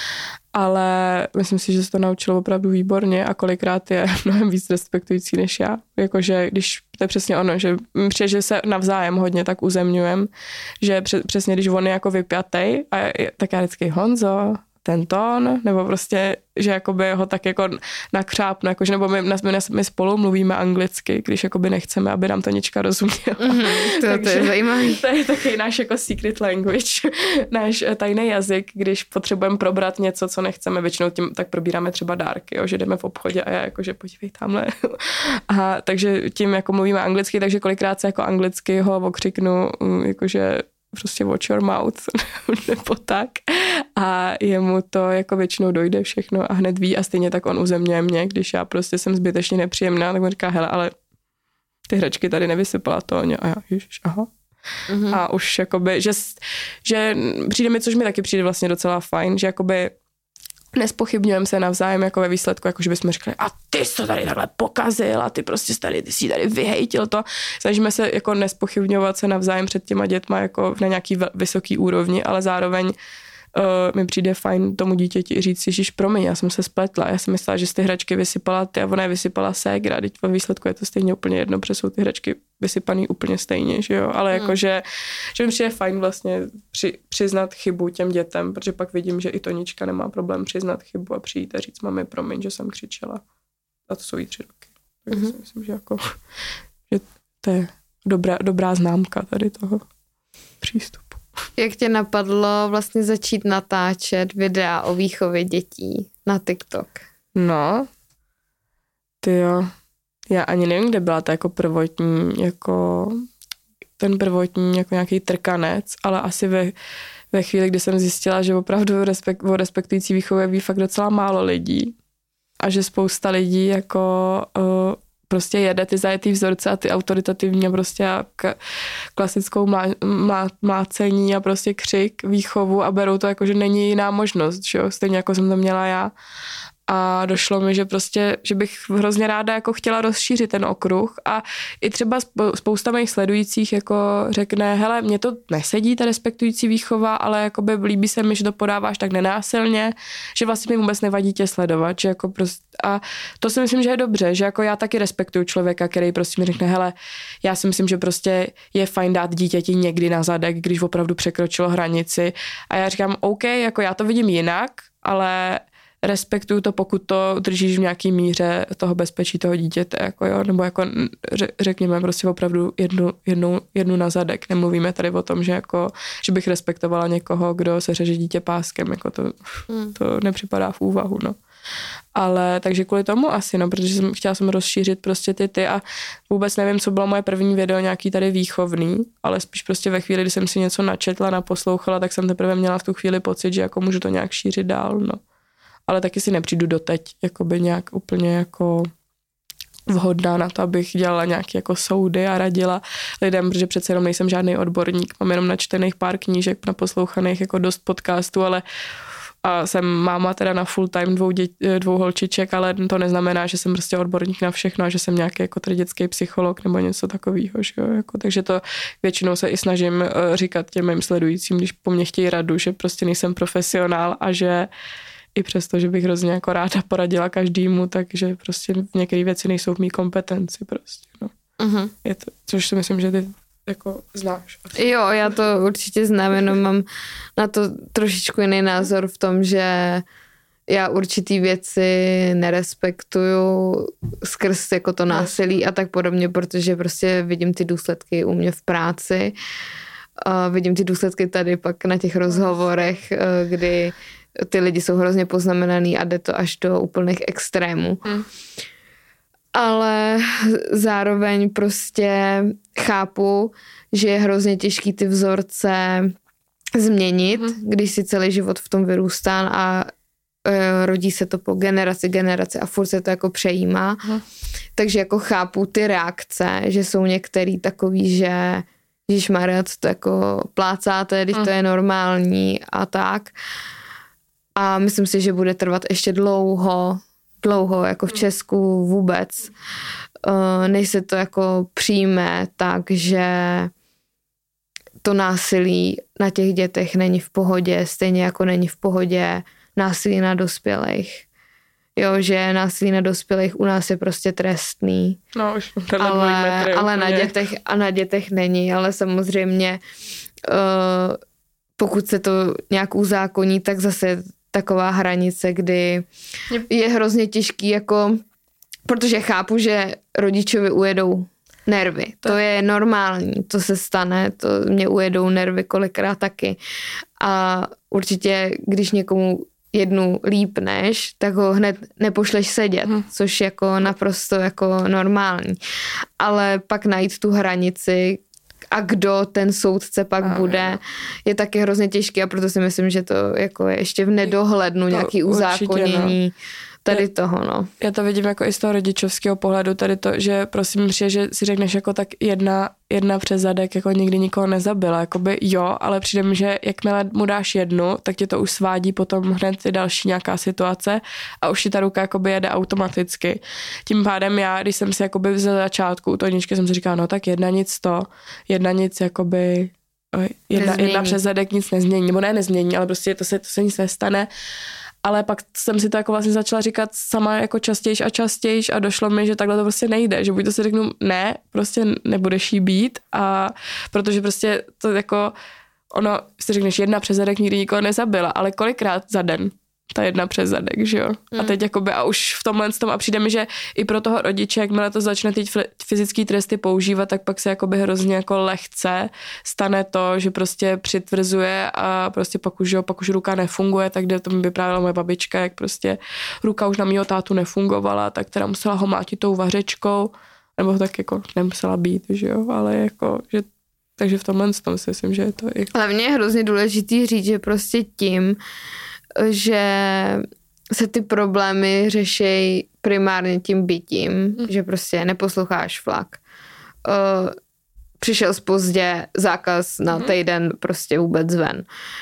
Ale myslím si, že se to naučilo opravdu výborně a kolikrát je mnohem víc respektující než já. Jakože když to je přesně ono, že přijde, že se navzájem hodně tak uzemňujem, že přesně když on je jako vypjatej, a je, tak já vždycky Honzo, ten tón, nebo prostě, že jakoby ho tak jako nakřápnu, jakože, nebo my, my, my spolu mluvíme anglicky, když jakoby nechceme, aby nám Tanička rozuměla. Mm-hmm, to, Takže, to je zajímavý. To je taky náš jako secret language, náš tajný jazyk, když potřebujeme probrat něco, co nechceme, většinou tím tak probíráme třeba dárky, jo, že jdeme v obchodě a já jakože podívej tamhle. A takže tím jako mluvíme anglicky, takže kolikrát se jako anglicky ho okřiknu, jakože prostě watch your mouth, nebo tak. A jemu to jako většinou dojde všechno a hned ví a stejně tak on uzemňuje mě, když já prostě jsem zbytečně nepříjemná, tak on říká, hele, ale ty hračky tady nevysypala to a já, ježiš, aha. Mm-hmm. A už jakoby, že, že přijde mi, což mi taky přijde vlastně docela fajn, že jakoby nespochybňujeme se navzájem jako ve výsledku, jako že bychom řekli, a ty jsi to tady takhle pokazil a ty prostě tady, ty jsi tady vyhejtil to. Snažíme se jako nespochybňovat se navzájem před těma dětma jako na nějaký vysoký úrovni, ale zároveň uh, mi přijde fajn tomu dítěti říct, ježiš, promiň, já jsem se spletla, já jsem myslela, že z ty hračky vysypala ty a ona je vysypala ségra, teď ve výsledku je to stejně úplně jedno, protože jsou ty hračky vysypaný úplně stejně, že jo, ale hmm. jakože, že mi přijde fajn vlastně při, přiznat chybu těm dětem, protože pak vidím, že i Tonička nemá problém přiznat chybu a přijít a říct, mami, promiň, že jsem křičela. A to jsou jí tři roky. Takže hmm. si myslím, že jako, že to je dobrá, dobrá známka tady toho přístupu. Jak tě napadlo vlastně začít natáčet videa o výchově dětí na TikTok? No, tyjo, já ani nevím, kde byla ta jako prvotní, jako ten prvotní jako nějaký trkanec, ale asi ve, ve chvíli, kdy jsem zjistila, že opravdu respekt, o respektující výchově ví fakt docela málo lidí a že spousta lidí jako uh, prostě jede ty zajetý vzorce a ty autoritativní a prostě k, klasickou mlá, mlá, mlácení a prostě křik, výchovu a berou to jako, že není jiná možnost, že jo? Stejně jako jsem to měla já. A došlo mi, že prostě, že bych hrozně ráda jako chtěla rozšířit ten okruh a i třeba spousta mých sledujících jako řekne, hele, mně to nesedí, ta respektující výchova, ale jakoby líbí se mi, že to podáváš tak nenásilně, že vlastně mi vůbec nevadí tě sledovat, že jako prostě, a to si myslím, že je dobře, že jako já taky respektuju člověka, který prostě mi řekne, hele, já si myslím, že prostě je fajn dát dítěti někdy na zadek, když opravdu překročilo hranici a já říkám, OK, jako já to vidím jinak, ale respektuju to, pokud to držíš v nějaký míře toho bezpečí toho dítěte, jako jo, nebo jako řekněme prostě opravdu jednu, jednu, jednu na zadek. Nemluvíme tady o tom, že jako, že bych respektovala někoho, kdo se řeže dítě páskem, jako to, hmm. to nepřipadá v úvahu, no. Ale takže kvůli tomu asi, no, protože jsem chtěla jsem rozšířit prostě ty ty a vůbec nevím, co bylo moje první video nějaký tady výchovný, ale spíš prostě ve chvíli, kdy jsem si něco načetla, naposlouchala, tak jsem teprve měla v tu chvíli pocit, že jako můžu to nějak šířit dál, no. Ale taky si nepřijdu doteď, jakoby nějak úplně jako vhodná na to, abych dělala nějaké jako soudy a radila lidem, protože přece jenom nejsem žádný odborník, mám jenom načtených pár knížek, naposlouchaných jako dost podcastů, ale a jsem máma teda na full time dvou, dě, dvou holčiček, ale to neznamená, že jsem prostě odborník na všechno a že jsem nějaký jako tady dětský psycholog nebo něco takového. Že jo? Jako, takže to většinou se i snažím říkat těm mým sledujícím, když po mně chtějí radu, že prostě nejsem profesionál a že i přesto, že bych hrozně jako ráda poradila každému, takže prostě některé věci nejsou v mý kompetenci prostě. No. Uh-huh. Je to, což si myslím, že ty jako znáš. Jo, já to určitě znám, jenom mám na to trošičku jiný názor v tom, že já určitý věci nerespektuju skrz jako to násilí a tak podobně, protože prostě vidím ty důsledky u mě v práci, a vidím ty důsledky tady pak na těch rozhovorech, kdy ty lidi jsou hrozně poznamenaný a jde to až do úplných extrémů. Hmm. Ale zároveň prostě chápu, že je hrozně těžký ty vzorce změnit, hmm. když si celý život v tom vyrůstá a e, rodí se to po generaci, generaci a furt se to jako přejímá. Hmm. Takže jako chápu ty reakce, že jsou některý takový, že ježišmarja, co to jako plácáte, když hmm. to je normální a tak. A myslím si, že bude trvat ještě dlouho, dlouho, jako v Česku vůbec, než se to jako přijme tak, že to násilí na těch dětech není v pohodě, stejně jako není v pohodě násilí na dospělých. Jo, že násilí na dospělých u nás je prostě trestný. No, už ale, metry, ale na dětech a na dětech není, ale samozřejmě uh, pokud se to nějak uzákoní, tak zase taková hranice, kdy je hrozně těžký, jako, protože chápu, že rodičovi ujedou nervy. To, to je normální, to se stane, to mě ujedou nervy kolikrát taky. A určitě, když někomu jednu lípneš, tak ho hned nepošleš sedět, hmm. což jako naprosto jako normální. Ale pak najít tu hranici, a kdo ten soudce pak a, bude, jo. je taky hrozně těžký a proto si myslím, že to jako je ještě v nedohlednu to nějaký uzákonění no. tady já, toho, no. Já to vidím jako i z toho rodičovského pohledu tady to, že prosím přijde, že si řekneš jako tak jedna, jedna přes zadek jako nikdy nikoho nezabila, jakoby jo, ale přijde mi, že jakmile mu dáš jednu, tak tě to už svádí potom hned i další nějaká situace a už ti ta ruka jakoby jede automaticky. Tím pádem já, když jsem si jakoby ze začátku u Toničky jsem si říkala, no tak jedna nic to, jedna nic jakoby jedna, jedna přes zadek nic nezmění, nebo ne nezmění, ale prostě to se, to se nic nestane. Ale pak jsem si to jako vlastně začala říkat sama jako častějš a častějš a došlo mi, že takhle to prostě nejde, že buď to si řeknu ne, prostě nebudeš jí být a protože prostě to jako ono, si řekneš jedna přes zadek nikdy nikoho nezabila, ale kolikrát za den ta jedna přes zadek, že jo? Mm. A teď jakoby a už v tomhle tom a přijde mi, že i pro toho rodiče, jakmile to začne teď fyzický tresty používat, tak pak se jakoby hrozně jako lehce stane to, že prostě přitvrzuje a prostě pak už, jo, pak už ruka nefunguje, tak kde to mi vyprávěla moje babička, jak prostě ruka už na mýho tátu nefungovala, tak teda musela ho mlátit tou vařečkou, nebo tak jako nemusela být, že jo? Ale jako, že takže v tomhle tom si myslím, že je to i... Hlavně je hrozně důležitý říct, že prostě tím, že se ty problémy řešejí primárně tím bytím, mm. že prostě neposloucháš flak. Uh, přišel pozdě, zákaz na týden prostě vůbec ven.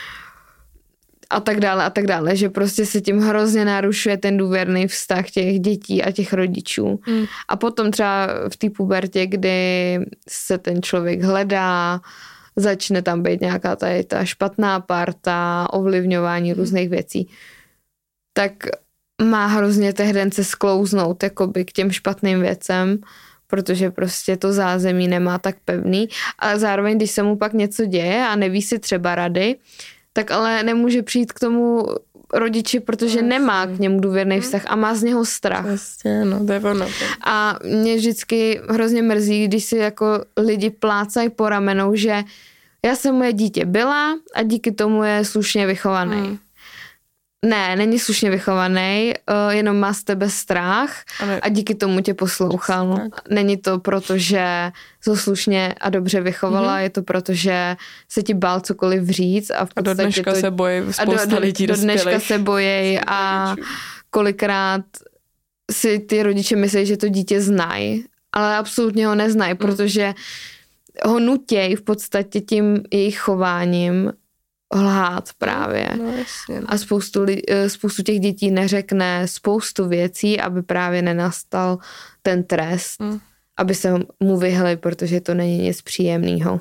A tak dále a tak dále, že prostě se tím hrozně narušuje ten důvěrný vztah těch dětí a těch rodičů. Mm. A potom třeba v té pubertě, kdy se ten člověk hledá, začne tam být nějaká tady ta špatná parta, ovlivňování různých věcí, tak má hrozně tendence sklouznout jakoby k těm špatným věcem, protože prostě to zázemí nemá tak pevný, ale zároveň, když se mu pak něco děje a neví si třeba rady, tak ale nemůže přijít k tomu rodiči, protože Jasně. nemá k němu důvěrný vztah a má z něho strach. Jasně, no, to je ono. A mě vždycky hrozně mrzí, když si jako lidi plácají po ramenou, že já jsem moje dítě byla a díky tomu je slušně vychovaný. Hmm. Ne, není slušně vychovaný, jenom má z tebe strach Ale... a díky tomu tě poslouchal. Tak. Není to proto, že to slušně a dobře vychovala, mm-hmm. je to proto, že se ti bál cokoliv říct. A, v a do dneška to... se bojí spousta do, do, lidí do dneška dospělých. se bojí a kolikrát si ty rodiče myslí, že to dítě znají, ale absolutně ho neznají, protože ho nutějí v podstatě tím jejich chováním lhát právě. No, jasně, no. A spoustu, spoustu těch dětí neřekne spoustu věcí, aby právě nenastal ten trest, mm. aby se mu vyhli, protože to není nic příjemného.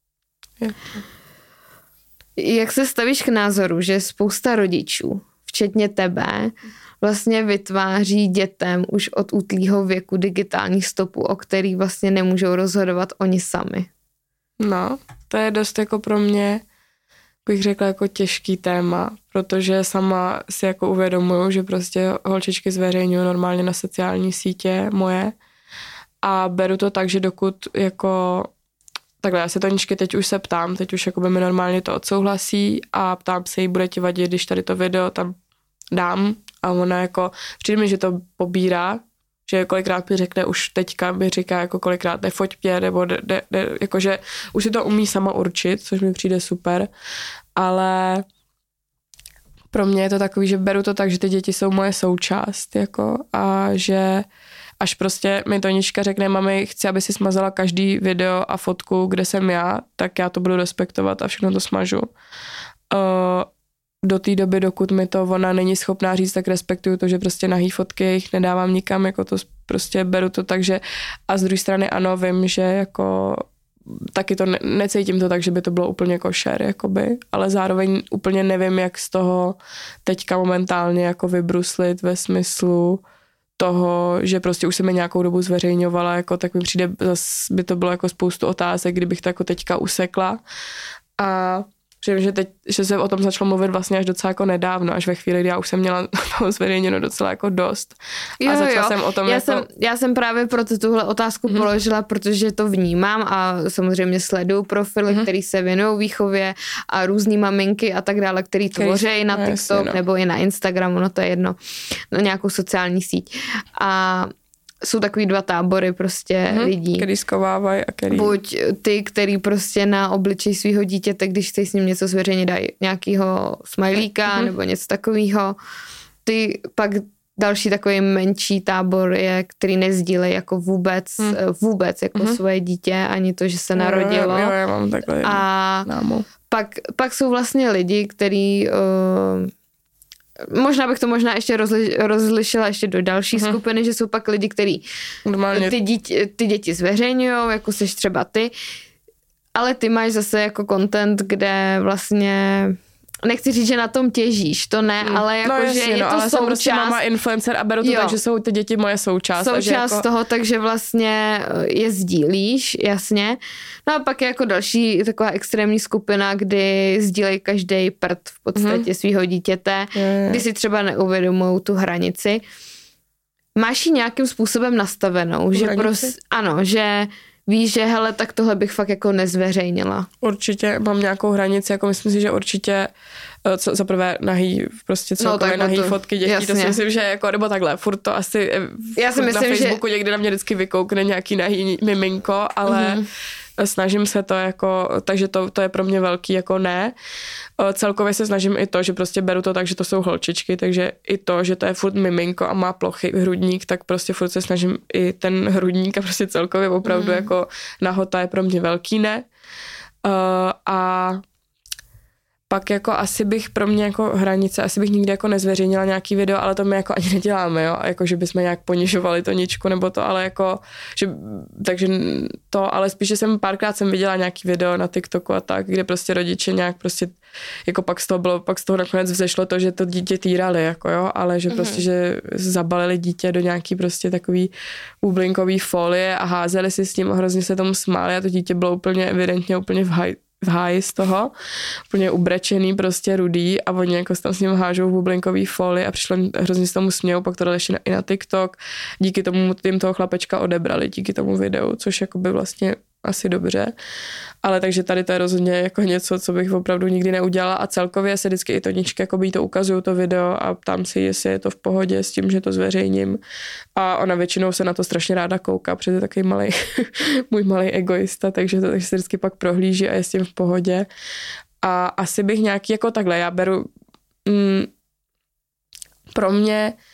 Jak se stavíš k názoru, že spousta rodičů, včetně tebe, vlastně vytváří dětem už od útlýho věku digitální stopu, o který vlastně nemůžou rozhodovat oni sami? No, to je dost jako pro mě, bych řekla, jako těžký téma, protože sama si jako uvědomuju, že prostě holčičky zveřejňují normálně na sociální sítě moje a beru to tak, že dokud jako takhle, já se Toničky teď už se ptám, teď už jako by mi normálně to odsouhlasí a ptám se jí, bude ti vadit, když tady to video tam dám a ona jako, přijde mi, že to pobírá, že kolikrát mi řekne, už teďka mi říká jako kolikrát nefoť mě, nebo de, de, de, jakože už si to umí sama určit, což mi přijde super, ale pro mě je to takový, že beru to tak, že ty děti jsou moje součást, jako a že až prostě mi Tonička řekne, mami, chci, aby si smazala každý video a fotku, kde jsem já, tak já to budu respektovat a všechno to smažu. Uh, do té doby, dokud mi to ona není schopná říct, tak respektuju to, že prostě nahý fotky jich nedávám nikam, jako to prostě beru to tak, že a z druhé strany ano, vím, že jako taky to ne, necítím to tak, že by to bylo úplně košer, jakoby, ale zároveň úplně nevím, jak z toho teďka momentálně jako vybruslit ve smyslu toho, že prostě už jsem mi nějakou dobu zveřejňovala, jako tak mi přijde, zase by to bylo jako spoustu otázek, kdybych to jako teďka usekla a Že, že, teď, že se o tom začalo mluvit vlastně až docela jako nedávno, až ve chvíli, kdy já už jsem měla toho zveřejněno docela jako dost. Jo, a začala jo. jsem o tom já jako... Jsem, já jsem právě proto tuhle otázku mm-hmm. položila, protože to vnímám a samozřejmě sleduju profily, mm-hmm. který se věnují výchově a různý maminky a tak dále, který tvoří na no, TikTok jasně, no. nebo i na Instagramu, no to je jedno, na nějakou sociální síť. A jsou takový dva tábory prostě mm-hmm. lidí. Který skovávají a který... Buď ty, který prostě na obličej svého dítěte, když chce s ním něco zveřejnit, dají nějakýho smajlíka mm-hmm. nebo něco takového. Ty pak další takový menší tábor je, který nezdílejí jako vůbec, mm. vůbec jako mm-hmm. svoje dítě, ani to, že se narodilo. Jo, jo, já mám takhle a námu. Pak, pak jsou vlastně lidi, který... Uh, možná bych to možná ještě rozli, rozlišila ještě do další uh-huh. skupiny, že jsou pak lidi, kteří ty, dítě, ty děti zveřejňují, jako seš třeba ty, ale ty máš zase jako content, kde vlastně nechci říct, že na tom těžíš, to ne, mm. ale jako, no, jasně, že je no, to ale součást. Jsem prostě máma influencer a beru to jo. tak, že jsou ty děti moje součást. Součást jako... toho, takže vlastně je sdílíš, jasně. No a pak je jako další taková extrémní skupina, kdy sdílejí každý prd v podstatě mm. svýho dítěte, je, je. kdy si třeba neuvědomují tu hranici. Máš ji nějakým způsobem nastavenou, tu že prostě, ano, že víš, že hele, tak tohle bych fakt jako nezveřejnila. Určitě mám nějakou hranici, jako myslím si, že určitě co, za prvé nahý, prostě celkově no, nahý to, fotky dětí, jasně. to si myslím, že jako, nebo takhle, furt to asi Já si myslím, na Facebooku že... někdy na mě vždycky vykoukne nějaký nahý miminko, ale mm-hmm. snažím se to jako, takže to, to je pro mě velký jako ne. Celkově se snažím i to, že prostě beru to tak, že to jsou holčičky, takže i to, že to je furt miminko a má plochy hrudník, tak prostě furt se snažím i ten hrudník a prostě celkově opravdu mm. jako nahota je pro mě velký ne. Uh, a pak jako asi bych pro mě jako hranice, asi bych nikdy jako nezveřejnila nějaký video, ale to my jako ani neděláme, jo, jako že bychom nějak ponižovali Toničku nebo to, ale jako, že, takže to, ale spíše jsem párkrát jsem viděla nějaký video na TikToku a tak, kde prostě rodiče nějak prostě, jako pak z toho bylo, pak z toho nakonec vzešlo to, že to dítě týrali, jako jo, ale že prostě, mm-hmm. že zabalili dítě do nějaký prostě takový bublinkový folie a házeli si s tím a hrozně se tomu smáli a to dítě bylo úplně evidentně úplně v haj, v háji z toho, úplně ubrečený, prostě rudý a oni jako tam s ním hážou v bublinkový folii a přišlo hrozně s tomu smějou, pak to dali ještě i na TikTok. Díky tomu tím toho chlapečka odebrali, díky tomu videu, což jako by vlastně asi dobře. Ale takže tady to je rozhodně jako něco, co bych opravdu nikdy neudělala a celkově se vždycky i Toničky jako by to ukazují to video a ptám si, jestli je to v pohodě s tím, že to zveřejním. A ona většinou se na to strašně ráda kouká, protože je takový malej, můj malej egoista, takže to takže se vždycky pak prohlíží a je s tím v pohodě. A asi bych nějaký jako takhle, já beru mm, pro mě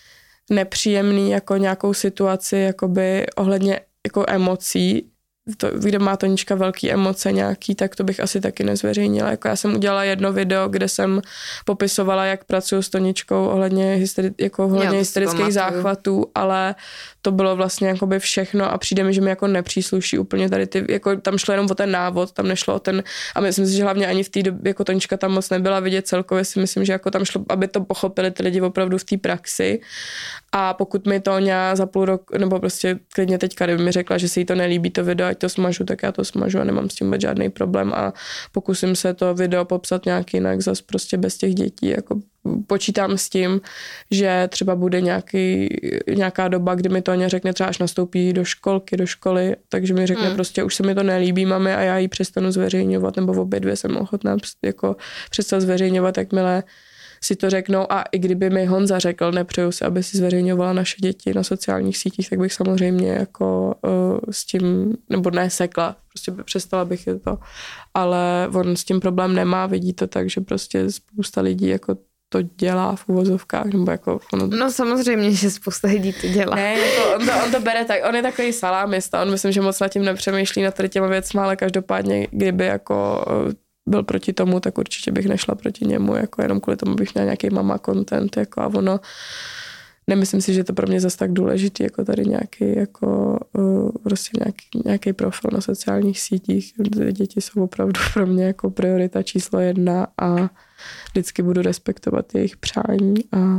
nepříjemný jako nějakou situaci jakoby ohledně jako emocí, to, kde má Tonička velký emoce nějaký, tak to bych asi taky nezveřejnila. Jako já jsem udělala jedno video, kde jsem popisovala, jak pracuji s Toničkou ohledně, hysteri- jako ohledně hysterických záchvatů, ale to bylo vlastně jakoby všechno a přijde mi, že mi jako nepřísluší úplně tady ty, jako tam šlo jenom o ten návod, tam nešlo o ten, a myslím si, že hlavně ani v té době, jako Tonička tam moc nebyla vidět celkově, si myslím, že jako tam šlo, aby to pochopili ty lidi opravdu v té praxi. A pokud mi Toňa za půl roku, nebo prostě klidně teďka, kdyby mi řekla, že se jí to nelíbí to video, ať to smažu, tak já to smažu a nemám s tím vůbec žádný problém a pokusím se to video popsat nějak jinak, zas prostě bez těch dětí, jako počítám s tím, že třeba bude nějaký, nějaká doba, kdy mi Toňa řekne, třeba až nastoupí do školky, do školy, takže mi řekne hmm. prostě, už se mi to nelíbí, mami, a já ji přestanu zveřejňovat, nebo v obě dvě jsem ochotná jako přestat zveřejňovat, jakmile si to řeknou, a i kdyby mi Honza řekl, nepřeju si, aby si zveřejňovala naše děti na sociálních sítích, tak bych samozřejmě jako uh, s tím, nebo ne sekla, prostě přestala bych je to, ale on s tím problém nemá, vidí to tak, že prostě spousta lidí jako to dělá v uvozovkách, nebo jako ono... No samozřejmě, že spousta lidí to dělá. Ne, jako on, to, on to bere tak, on je takový salámista, on myslím, že moc nad tím nepřemýšlí nad tady těma věcma, ale každopádně, kdyby jako byl proti tomu, tak určitě bych nešla proti němu, jako jenom kvůli tomu bych měla nějaký mama content, jako a ono, nemyslím si, že je to pro mě zase tak důležitý, jako tady nějaký, jako uh, prostě nějaký, nějaký profil na sociálních sítích. Děti jsou opravdu pro mě jako priorita číslo jedna a vždycky budu respektovat jejich přání a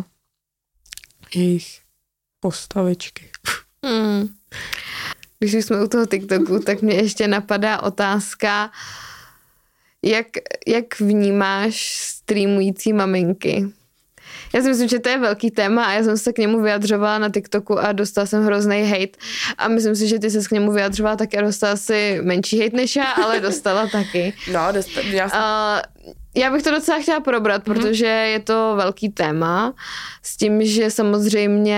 jejich postavičky. Hmm. Když jsme u toho TikToku, tak mě ještě napadá otázka, jak, jak vnímáš streamující maminky? Já si myslím, že to je velký téma a já jsem se k němu vyjadřovala na TikToku a dostala jsem hrozný hejt a myslím si, že ty se k němu vyjadřovala taky a dostala si menší hejt než já, ale dostala taky. No, dostala, jasně. Uh, já bych to docela chtěla probrat, mm-hmm. protože je to velký téma s tím, že samozřejmě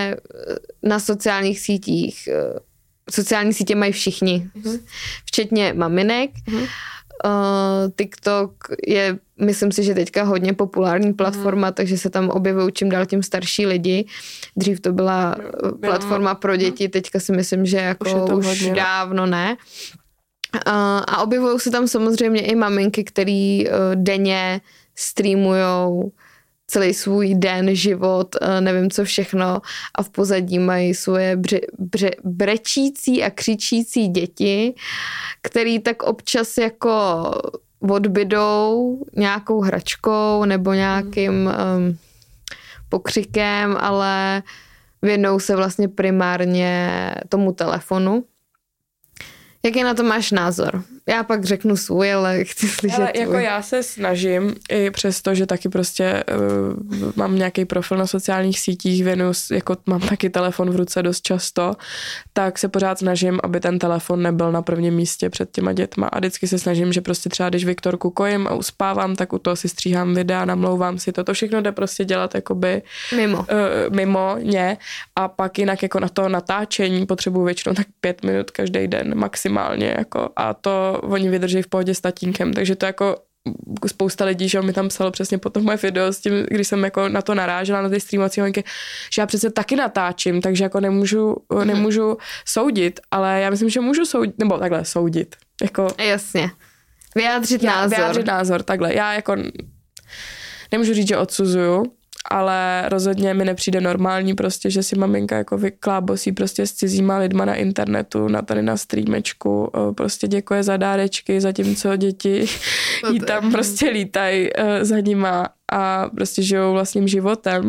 na sociálních sítích, sociální sítě mají všichni, mm-hmm. včetně maminek. Mm-hmm. Uh, TikTok je, myslím si, že teďka hodně populární platforma, mm. takže se tam objevují čím dál tím starší lidi. Dřív to byla platforma pro děti, teďka si myslím, že jako už, už dávno ne. Uh, a objevují se tam samozřejmě i maminky, který uh, denně streamujou celý svůj den, život, nevím co všechno a v pozadí mají svoje bře, bře, brečící a křičící děti, který tak občas jako odbydou nějakou hračkou nebo nějakým um, pokřikem, ale věnou se vlastně primárně tomu telefonu. Jaký na to máš názor? Já pak řeknu svůj, ale chci slyšet ale tvůj. Jako já se snažím, i přesto, že taky prostě uh, mám nějaký profil na sociálních sítích, věnuju, jako mám taky telefon v ruce dost často, tak se pořád snažím, aby ten telefon nebyl na prvním místě před těma dětma a vždycky se snažím, že prostě třeba když Viktorku kojím a uspávám, tak u toho si stříhám videa, namlouvám si to, to všechno jde prostě dělat jakoby mimo, uh, mimo ně a pak jinak jako na to natáčení potřebuji většinou tak pět minut každý den maximálně jako a to oni vydrží v pohodě s tatínkem, takže to jako spousta lidí, že on mi tam psalo přesně potom moje video s tím, když jsem jako na to narážela, na ty streamovací hoďky, že já přece taky natáčím, takže jako nemůžu, mm. nemůžu soudit, ale já myslím, že můžu soudit, nebo takhle soudit. Jako, jasně. Vyjádřit já, názor. Vyjádřit názor, takhle. Já jako nemůžu říct, že odsuzuju, ale rozhodně mi nepřijde normální prostě, že si maminka jako vyklábosí prostě s cizíma lidma na internetu, na tady na streamečku, prostě děkuje za dárečky, zatímco děti jí tam prostě lítají za nima a prostě žijou vlastním životem.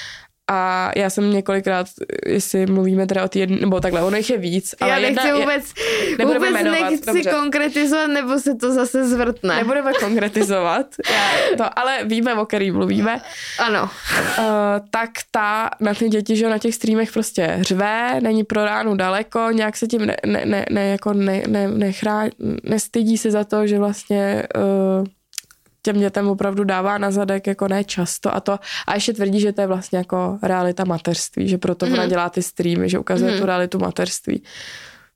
A já jsem několikrát, jestli mluvíme teda o té jedné, nebo takhle, ono jich je víc. Ale já nechci jedna, vůbec, je, vůbec jmenovat, nechci dobře. konkretizovat, nebo se to zase zvrtne. Nebudeme konkretizovat, já, to, ale víme, o který mluvíme. Ano. Uh, tak ta na ty děti, že na těch streamech prostě řve, není pro ránu daleko, nějak se tím ne, ne, ne, ne, jako ne, ne, nechrá, nestydí se za to, že vlastně... Uh, těm dětem opravdu dává na zadek jako ne často a to a ještě tvrdí, že to je vlastně jako realita mateřství, že proto mm. ona dělá ty streamy, že ukazuje mm. tu realitu mateřství.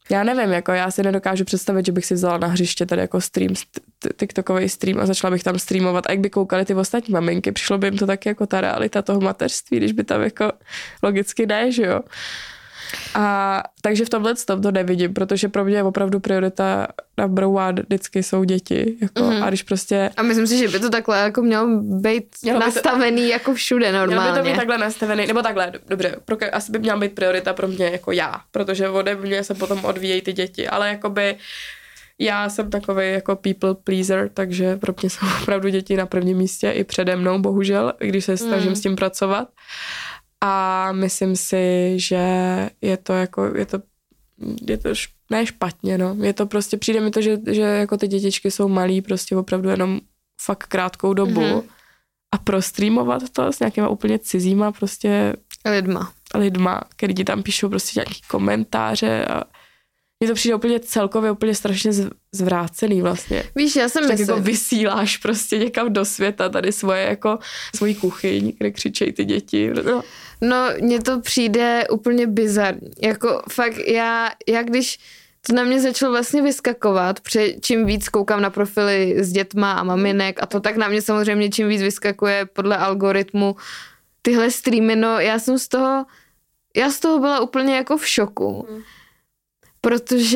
Já nevím, jako já si nedokážu představit, že bych si vzala na hřiště tady jako stream, tiktokový stream a začala bych tam streamovat. A jak by koukali ty ostatní maminky, přišlo by jim to taky jako ta realita toho mateřství, když by tam jako logicky ne, že jo. A takže v tomhle to nevidím, protože pro mě je opravdu priorita number one vždycky jsou děti. Jako, mm-hmm. A když prostě... A myslím si, že by to takhle jako mělo být mělo nastavený to, jako všude normálně. Mělo by to být takhle nastavený, nebo takhle, dobře, pro, asi by měla být priorita pro mě jako já, protože ode mě se potom odvíjejí ty děti, ale jakoby já jsem takovej jako people pleaser, takže pro mě jsou opravdu děti na prvním místě i přede mnou, bohužel, když se snažím mm. s tím pracovat. A myslím si, že je to jako, je to, je to š, ne špatně, no. Je to prostě, přijde mi to, že, že jako ty dětičky jsou malí prostě opravdu jenom fakt krátkou dobu mm-hmm. a prostreamovat to s nějakýma úplně cizíma prostě lidma, lidma, který ti tam píšou prostě nějaký komentáře a mně to přijde úplně celkově úplně strašně zvrácený vlastně. Víš, já jsem myslím... jako vysíláš prostě někam do světa tady svoje jako svoji kuchyň, kde křičejí ty děti. No. no, mně to přijde úplně bizarní. Jako fakt já, já když to na mě začalo vlastně vyskakovat, protože čím víc koukám na profily s dětma a maminek a to, tak na mě samozřejmě čím víc vyskakuje podle algoritmu tyhle streamy, no já jsem z toho, já z toho byla úplně jako v šoku. Hmm. Protože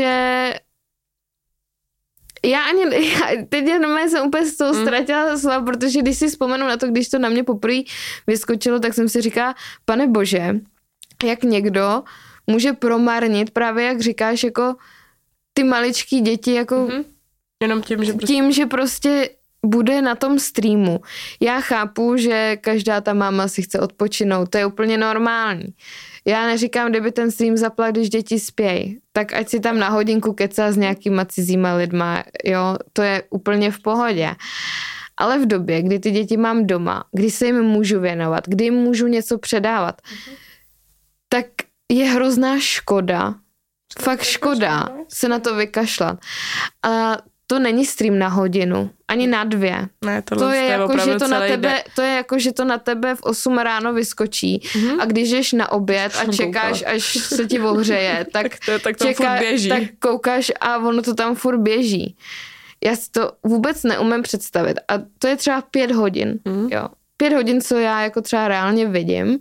já ani, já, teď jenom jsem úplně z toho ztratila slova, protože když si vzpomenu na to, když to na mě poprvé vyskočilo, tak jsem si říkala, pane bože, jak někdo může promarnit právě, jak říkáš, jako ty maličký děti, jako mm-hmm. jenom tím, že prostě... tím, že prostě bude na tom streamu. Já chápu, že každá ta máma si chce odpočinout, to je úplně normální. Já neříkám, kdyby ten stream zapla, když děti spějí, tak ať si tam na hodinku kecá s nějakýma cizíma lidma, jo, to je úplně v pohodě. Ale v době, kdy ty děti mám doma, kdy se jim můžu věnovat, kdy jim můžu něco předávat, mm-hmm. tak je hrozná škoda, fakt škoda se na to vykašlat. A to není stream na hodinu, ani na dvě. Ne, to, to je jako, že to na tebe, de... to je jako, že to na tebe v osm ráno vyskočí mm-hmm. a když jdeš na oběd a čekáš, až se ti ohřeje, tak, tak, to, tak, to čeká, běží. tak koukáš a ono to tam furt běží. Já si to vůbec neumím představit. A to je třeba pět hodin. Mm. Jo. Pět hodin, co já jako třeba reálně vidím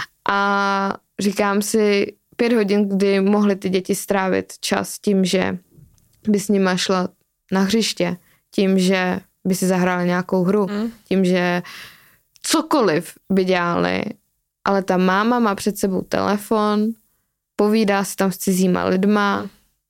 a říkám si pět hodin, kdy mohly ty děti strávit čas tím, že by s nima šla na hřiště, tím, že by si zahrála nějakou hru, mm. tím, že cokoliv by dělali, ale ta máma má před sebou telefon, povídá si tam s cizíma lidma,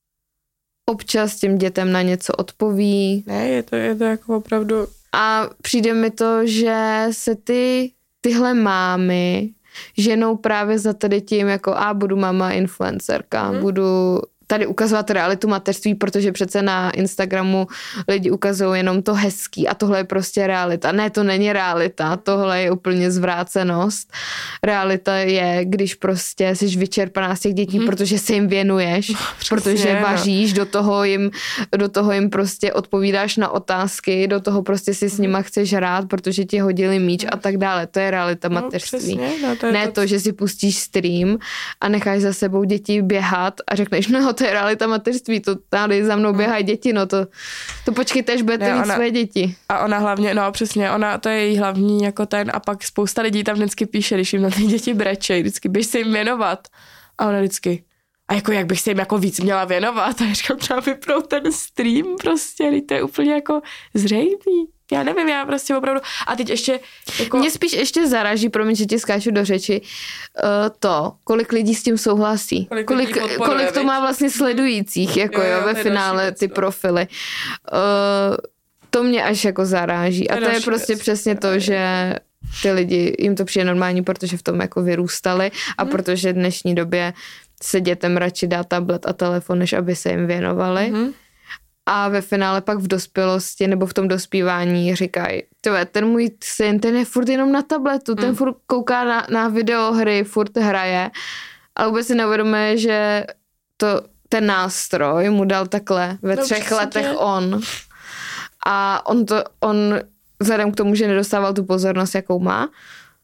občas těm dětem na něco odpoví. Ne, je to, je to jako opravdu... A přijde mi to, že se ty, tyhle mámy ženou právě za tady tím, jako a budu mama influencerka, mm. budu tady ukazovat realitu mateřství, protože přece na Instagramu lidi ukazují jenom to hezký a tohle je prostě realita. Ne, to není realita, tohle je úplně zvrácenost. Realita je, když prostě jsi vyčerpaná z těch dětí, hmm. protože se jim věnuješ, no, protože vaříš, do toho, jim, do toho jim prostě odpovídáš na otázky, do toho prostě si s nima chceš hrát, protože ti hodili míč a tak dále. To je realita no, mateřství. Přesně, no, to je ne to, to, že si pustíš stream a necháš za sebou děti běhat a řekneš, no to je realita mateřství, to tady za mnou běhají děti, no to, to počkejte, až budete mít své děti. A ona hlavně, no přesně, ona, to je její hlavní jako ten, a pak spousta lidí tam vždycky píše, když jim na ty děti brečej, vždycky běž se jim věnovat. A ona vždycky, a jako jak bych se jim jako víc měla věnovat, a já říkám, třeba vypnout ten stream prostě, to je úplně jako zřejmý. Já nevím, já prostě opravdu, a teď ještě jako... Mě spíš ještě zaráží, promiň, že ti skáču do řeči, uh, to, kolik lidí s tím souhlasí. Kolik, kolik, kolik to má vlastně sledujících, jako jo, jo, jo ve finále věc, ty no. profily. Uh, to mě až jako zaráží. A to je prostě věc. Přesně to, že ty lidi, jim to přijde normální, protože v tom jako vyrůstali a hmm. protože v dnešní době se dětem radši dá tablet a telefon, než aby se jim věnovali. Hmm. A ve finále pak v dospělosti nebo v tom dospívání říkají, ten můj syn, ten je furt jenom na tabletu, ten mm. furt kouká na, na videohry, furt hraje, ale vůbec si neuvědomuje, že to, ten nástroj mu dal takhle ve no, třech letech tě. on. A on to, on vzhledem k tomu, že nedostával tu pozornost, jakou má,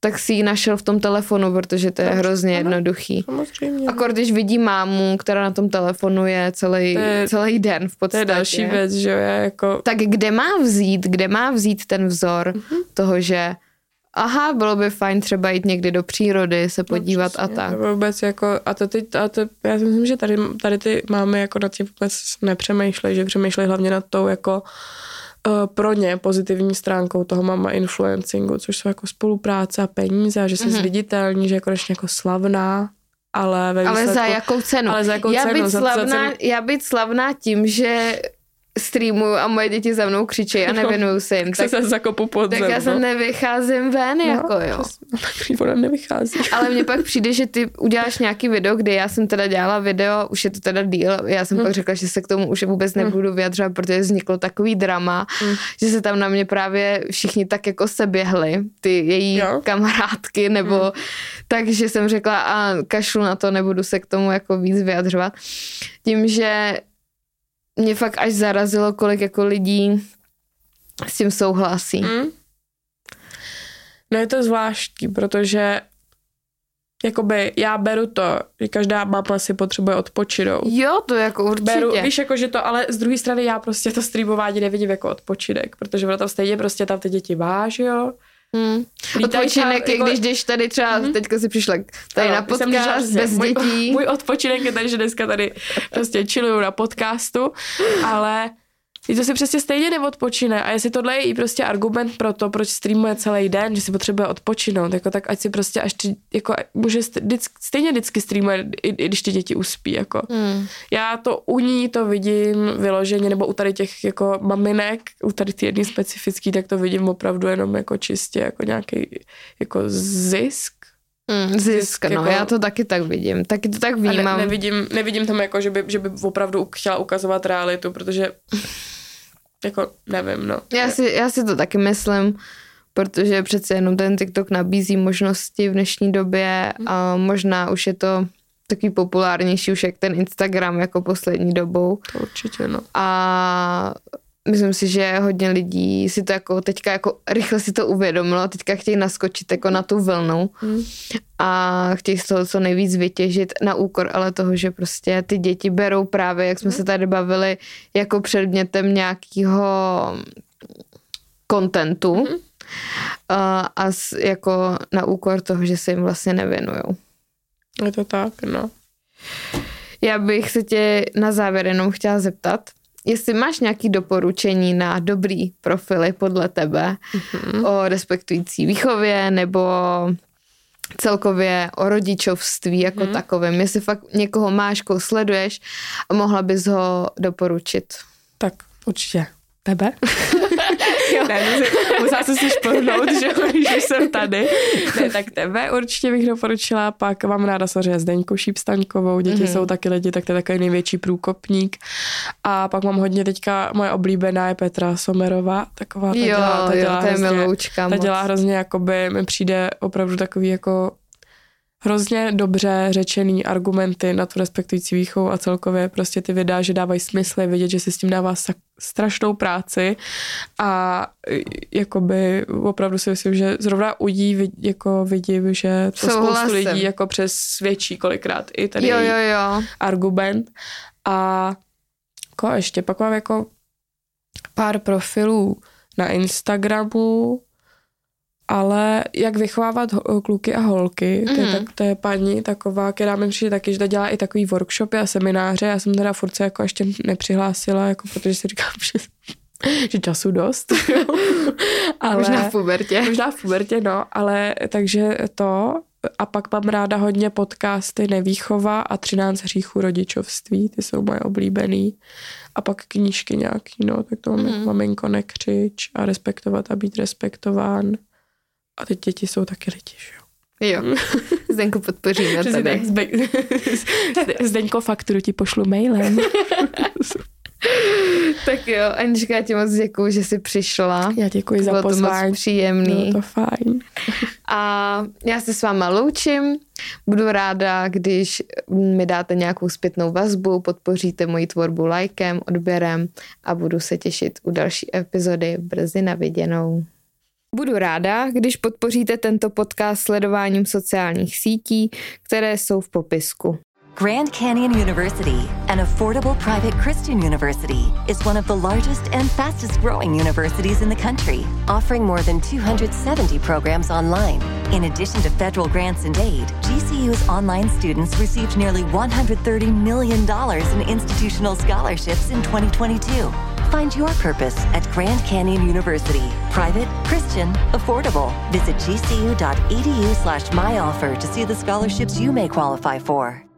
tak si ji našel v tom telefonu, protože to je hrozně jednoduchý. Samozřejmě. Akor když vidí mámu, která na tom telefonu je celý, je, celý den v podstatě. To je další věc, že jo, jako... Tak kde má vzít, kde má vzít ten vzor mm-hmm. toho, že aha, bylo by fajn třeba jít někdy do přírody, se podívat no, a tak. To vůbec jako, a to ty, a to, já si myslím, že tady, tady ty máme jako nad tím vůbec nepřemýšlej, že přemýšlej hlavně nad tou jako uh, pro ně pozitivní stránkou toho mama influencingu, což jsou jako spolupráce a peníze, že se mm-hmm. zviditelní, že je konečně jako slavná, ale ve Ale výsledku, za jakou cenu? Ale za jakou já cenu? Být za, slavná, za cenu? Já být slavná tím, že streamuju a moje děti za mnou křičejí a nevěnuju se jim. Tak, tak se zakopu pod Tak zem, já no. se nevycházím ven, no, jako jo. Tak ona nevychází. Ale mně pak přijde, že ty uděláš nějaký video, kde já jsem teda dělala video, už je to teda díl, já jsem hmm. pak řekla, že se k tomu už vůbec nebudu vyjadřovat, protože vzniklo takový drama, hmm. že se tam na mě právě všichni tak jako seběhli, ty její jo. kamarádky, nebo hmm. takže jsem řekla a kašlu na to, nebudu se k tomu jako víc vyjadřovat. Tím, že mě fakt až zarazilo, kolik jako lidí s tím souhlasí. Mm. No je to zvláštní, protože jakoby já beru to, že každá máma si potřebuje odpočinout. Jo, to jako určitě. Beru, víš, jako, že to, ale z druhé strany já prostě to streamování nevidím jako odpočinek, protože ono tam stejně prostě tam ty děti máš, jo. Hmm. Odpočinek, jako... když jdeš tady třeba, mm-hmm. teďka si přišla tady ano, na podcast bez můj, dětí. Můj odpočinek je tady, že dneska tady prostě chilluju na podcastu, ale to si přesně stejně neodpočine a jestli tohle je i prostě argument pro to, proč streamuje celý den, že si potřebuje odpočinout, jako tak ať si prostě až ty, jako může vždycky, stejně vždycky streamuje, i, i když ty děti uspí, jako. Hmm. Já to u ní to vidím vyloženě, nebo u tady těch jako maminek, u tady ty jedný specifický, tak to vidím opravdu jenom jako čistě, jako nějaký jako zisk. Mm, zisk, no, jako, já to taky tak vidím, taky to tak vnímám. Ne, nevidím, nevidím tam jako, že by, že by opravdu chtěla ukazovat realitu, protože jako nevím, no. Já si, já si to taky myslím, protože přece jenom ten TikTok nabízí možnosti v dnešní době a možná už je to takový populárnější už jak ten Instagram jako poslední dobou. To určitě, no. A myslím si, že hodně lidí si to jako teďka jako rychle si to uvědomilo, teďka chtějí naskočit jako na tu vlnu mm. a chtějí z toho co nejvíc vytěžit na úkor, ale toho, že prostě ty děti berou právě, jak jsme mm. se tady bavili, jako předmětem nějakého kontentu mm. a, a s, jako na úkor toho, že se jim vlastně nevěnujou. Je to tak, no. Já bych se tě na závěr jenom chtěla zeptat, jestli máš nějaké doporučení na dobrý profily podle tebe mm-hmm. o respektující výchově nebo celkově o rodičovství jako mm-hmm. takovém. Jestli fakt někoho máš, koho sleduješ a mohla bys ho doporučit. Tak určitě. Tebe? Ne, musela jsem si špornout, že, že jsem tady. Ne, tak tebe určitě bych doporučila, pak mám ráda samozřejmě Zdeňku Šípstaňkovou, děti mm-hmm. jsou taky lidi, tak to je takový největší průkopník. A pak mám hodně teďka, moje oblíbená je Petra Somerová, taková, ta jo, dělá, ta jo, dělá to je hrozně, miloučka ta moc. dělá hrozně, jakoby mi přijde opravdu takový jako hrozně dobře řečený argumenty na tu respektující výchovu a celkově prostě ty videa, že dávají smysl, vidět, že si s tím dává strašnou práci a jakoby opravdu si myslím, že zrovna u jí jako vidím, že to spoustu lidí jako přesvědčí kolikrát i tady jo, jo, jo. argument a jako ještě pak mám jako pár profilů na Instagramu, ale jak vychovávat ho, kluky a holky, mm. to, je tak, to je paní taková, která mi přijde taky, že dělá i takový workshopy a semináře. Já jsem teda furt se jako ještě nepřihlásila, jako protože si říkám, že, že času dost. ale, možná v pubertě. Možná v pubertě, no, ale takže to. A pak mám ráda hodně podcasty Nevýchova a třináct hříchů rodičovství, ty jsou moje oblíbený. A pak knížky nějaký, no, tak to mám mm. Maminko nekřič a Respektovat a být respektován. A ty děti jsou taky lidi, že jo? Jo. Zdenku podpoříme tady. Zdeňko, fakturu ti pošlu mailem. Tak jo, Anička, já ti moc děkuju, že jsi přišla. Já děkuji za pozvání. Bylo to moc příjemný. Bylo to fajn. A já se s váma loučím. Budu ráda, když mi dáte nějakou zpětnou vazbu, podpoříte moji tvorbu lajkem, odběrem a budu se těšit u další epizody. Brzy na viděnou. Budu ráda, když podpoříte tento podcast sledováním sociálních sítí, které jsou v popisku. Grand Canyon University, an affordable private Christian university, is one of the largest and fastest growing universities in the country, offering more than two hundred seventy programs online. In addition to federal grants and aid, G C U's online students received nearly one hundred thirty million dollars in institutional scholarships in twenty twenty-two. Find your purpose at Grand Canyon University. Private, Christian, affordable. Visit gcu.edu slash myoffer to see the scholarships you may qualify for.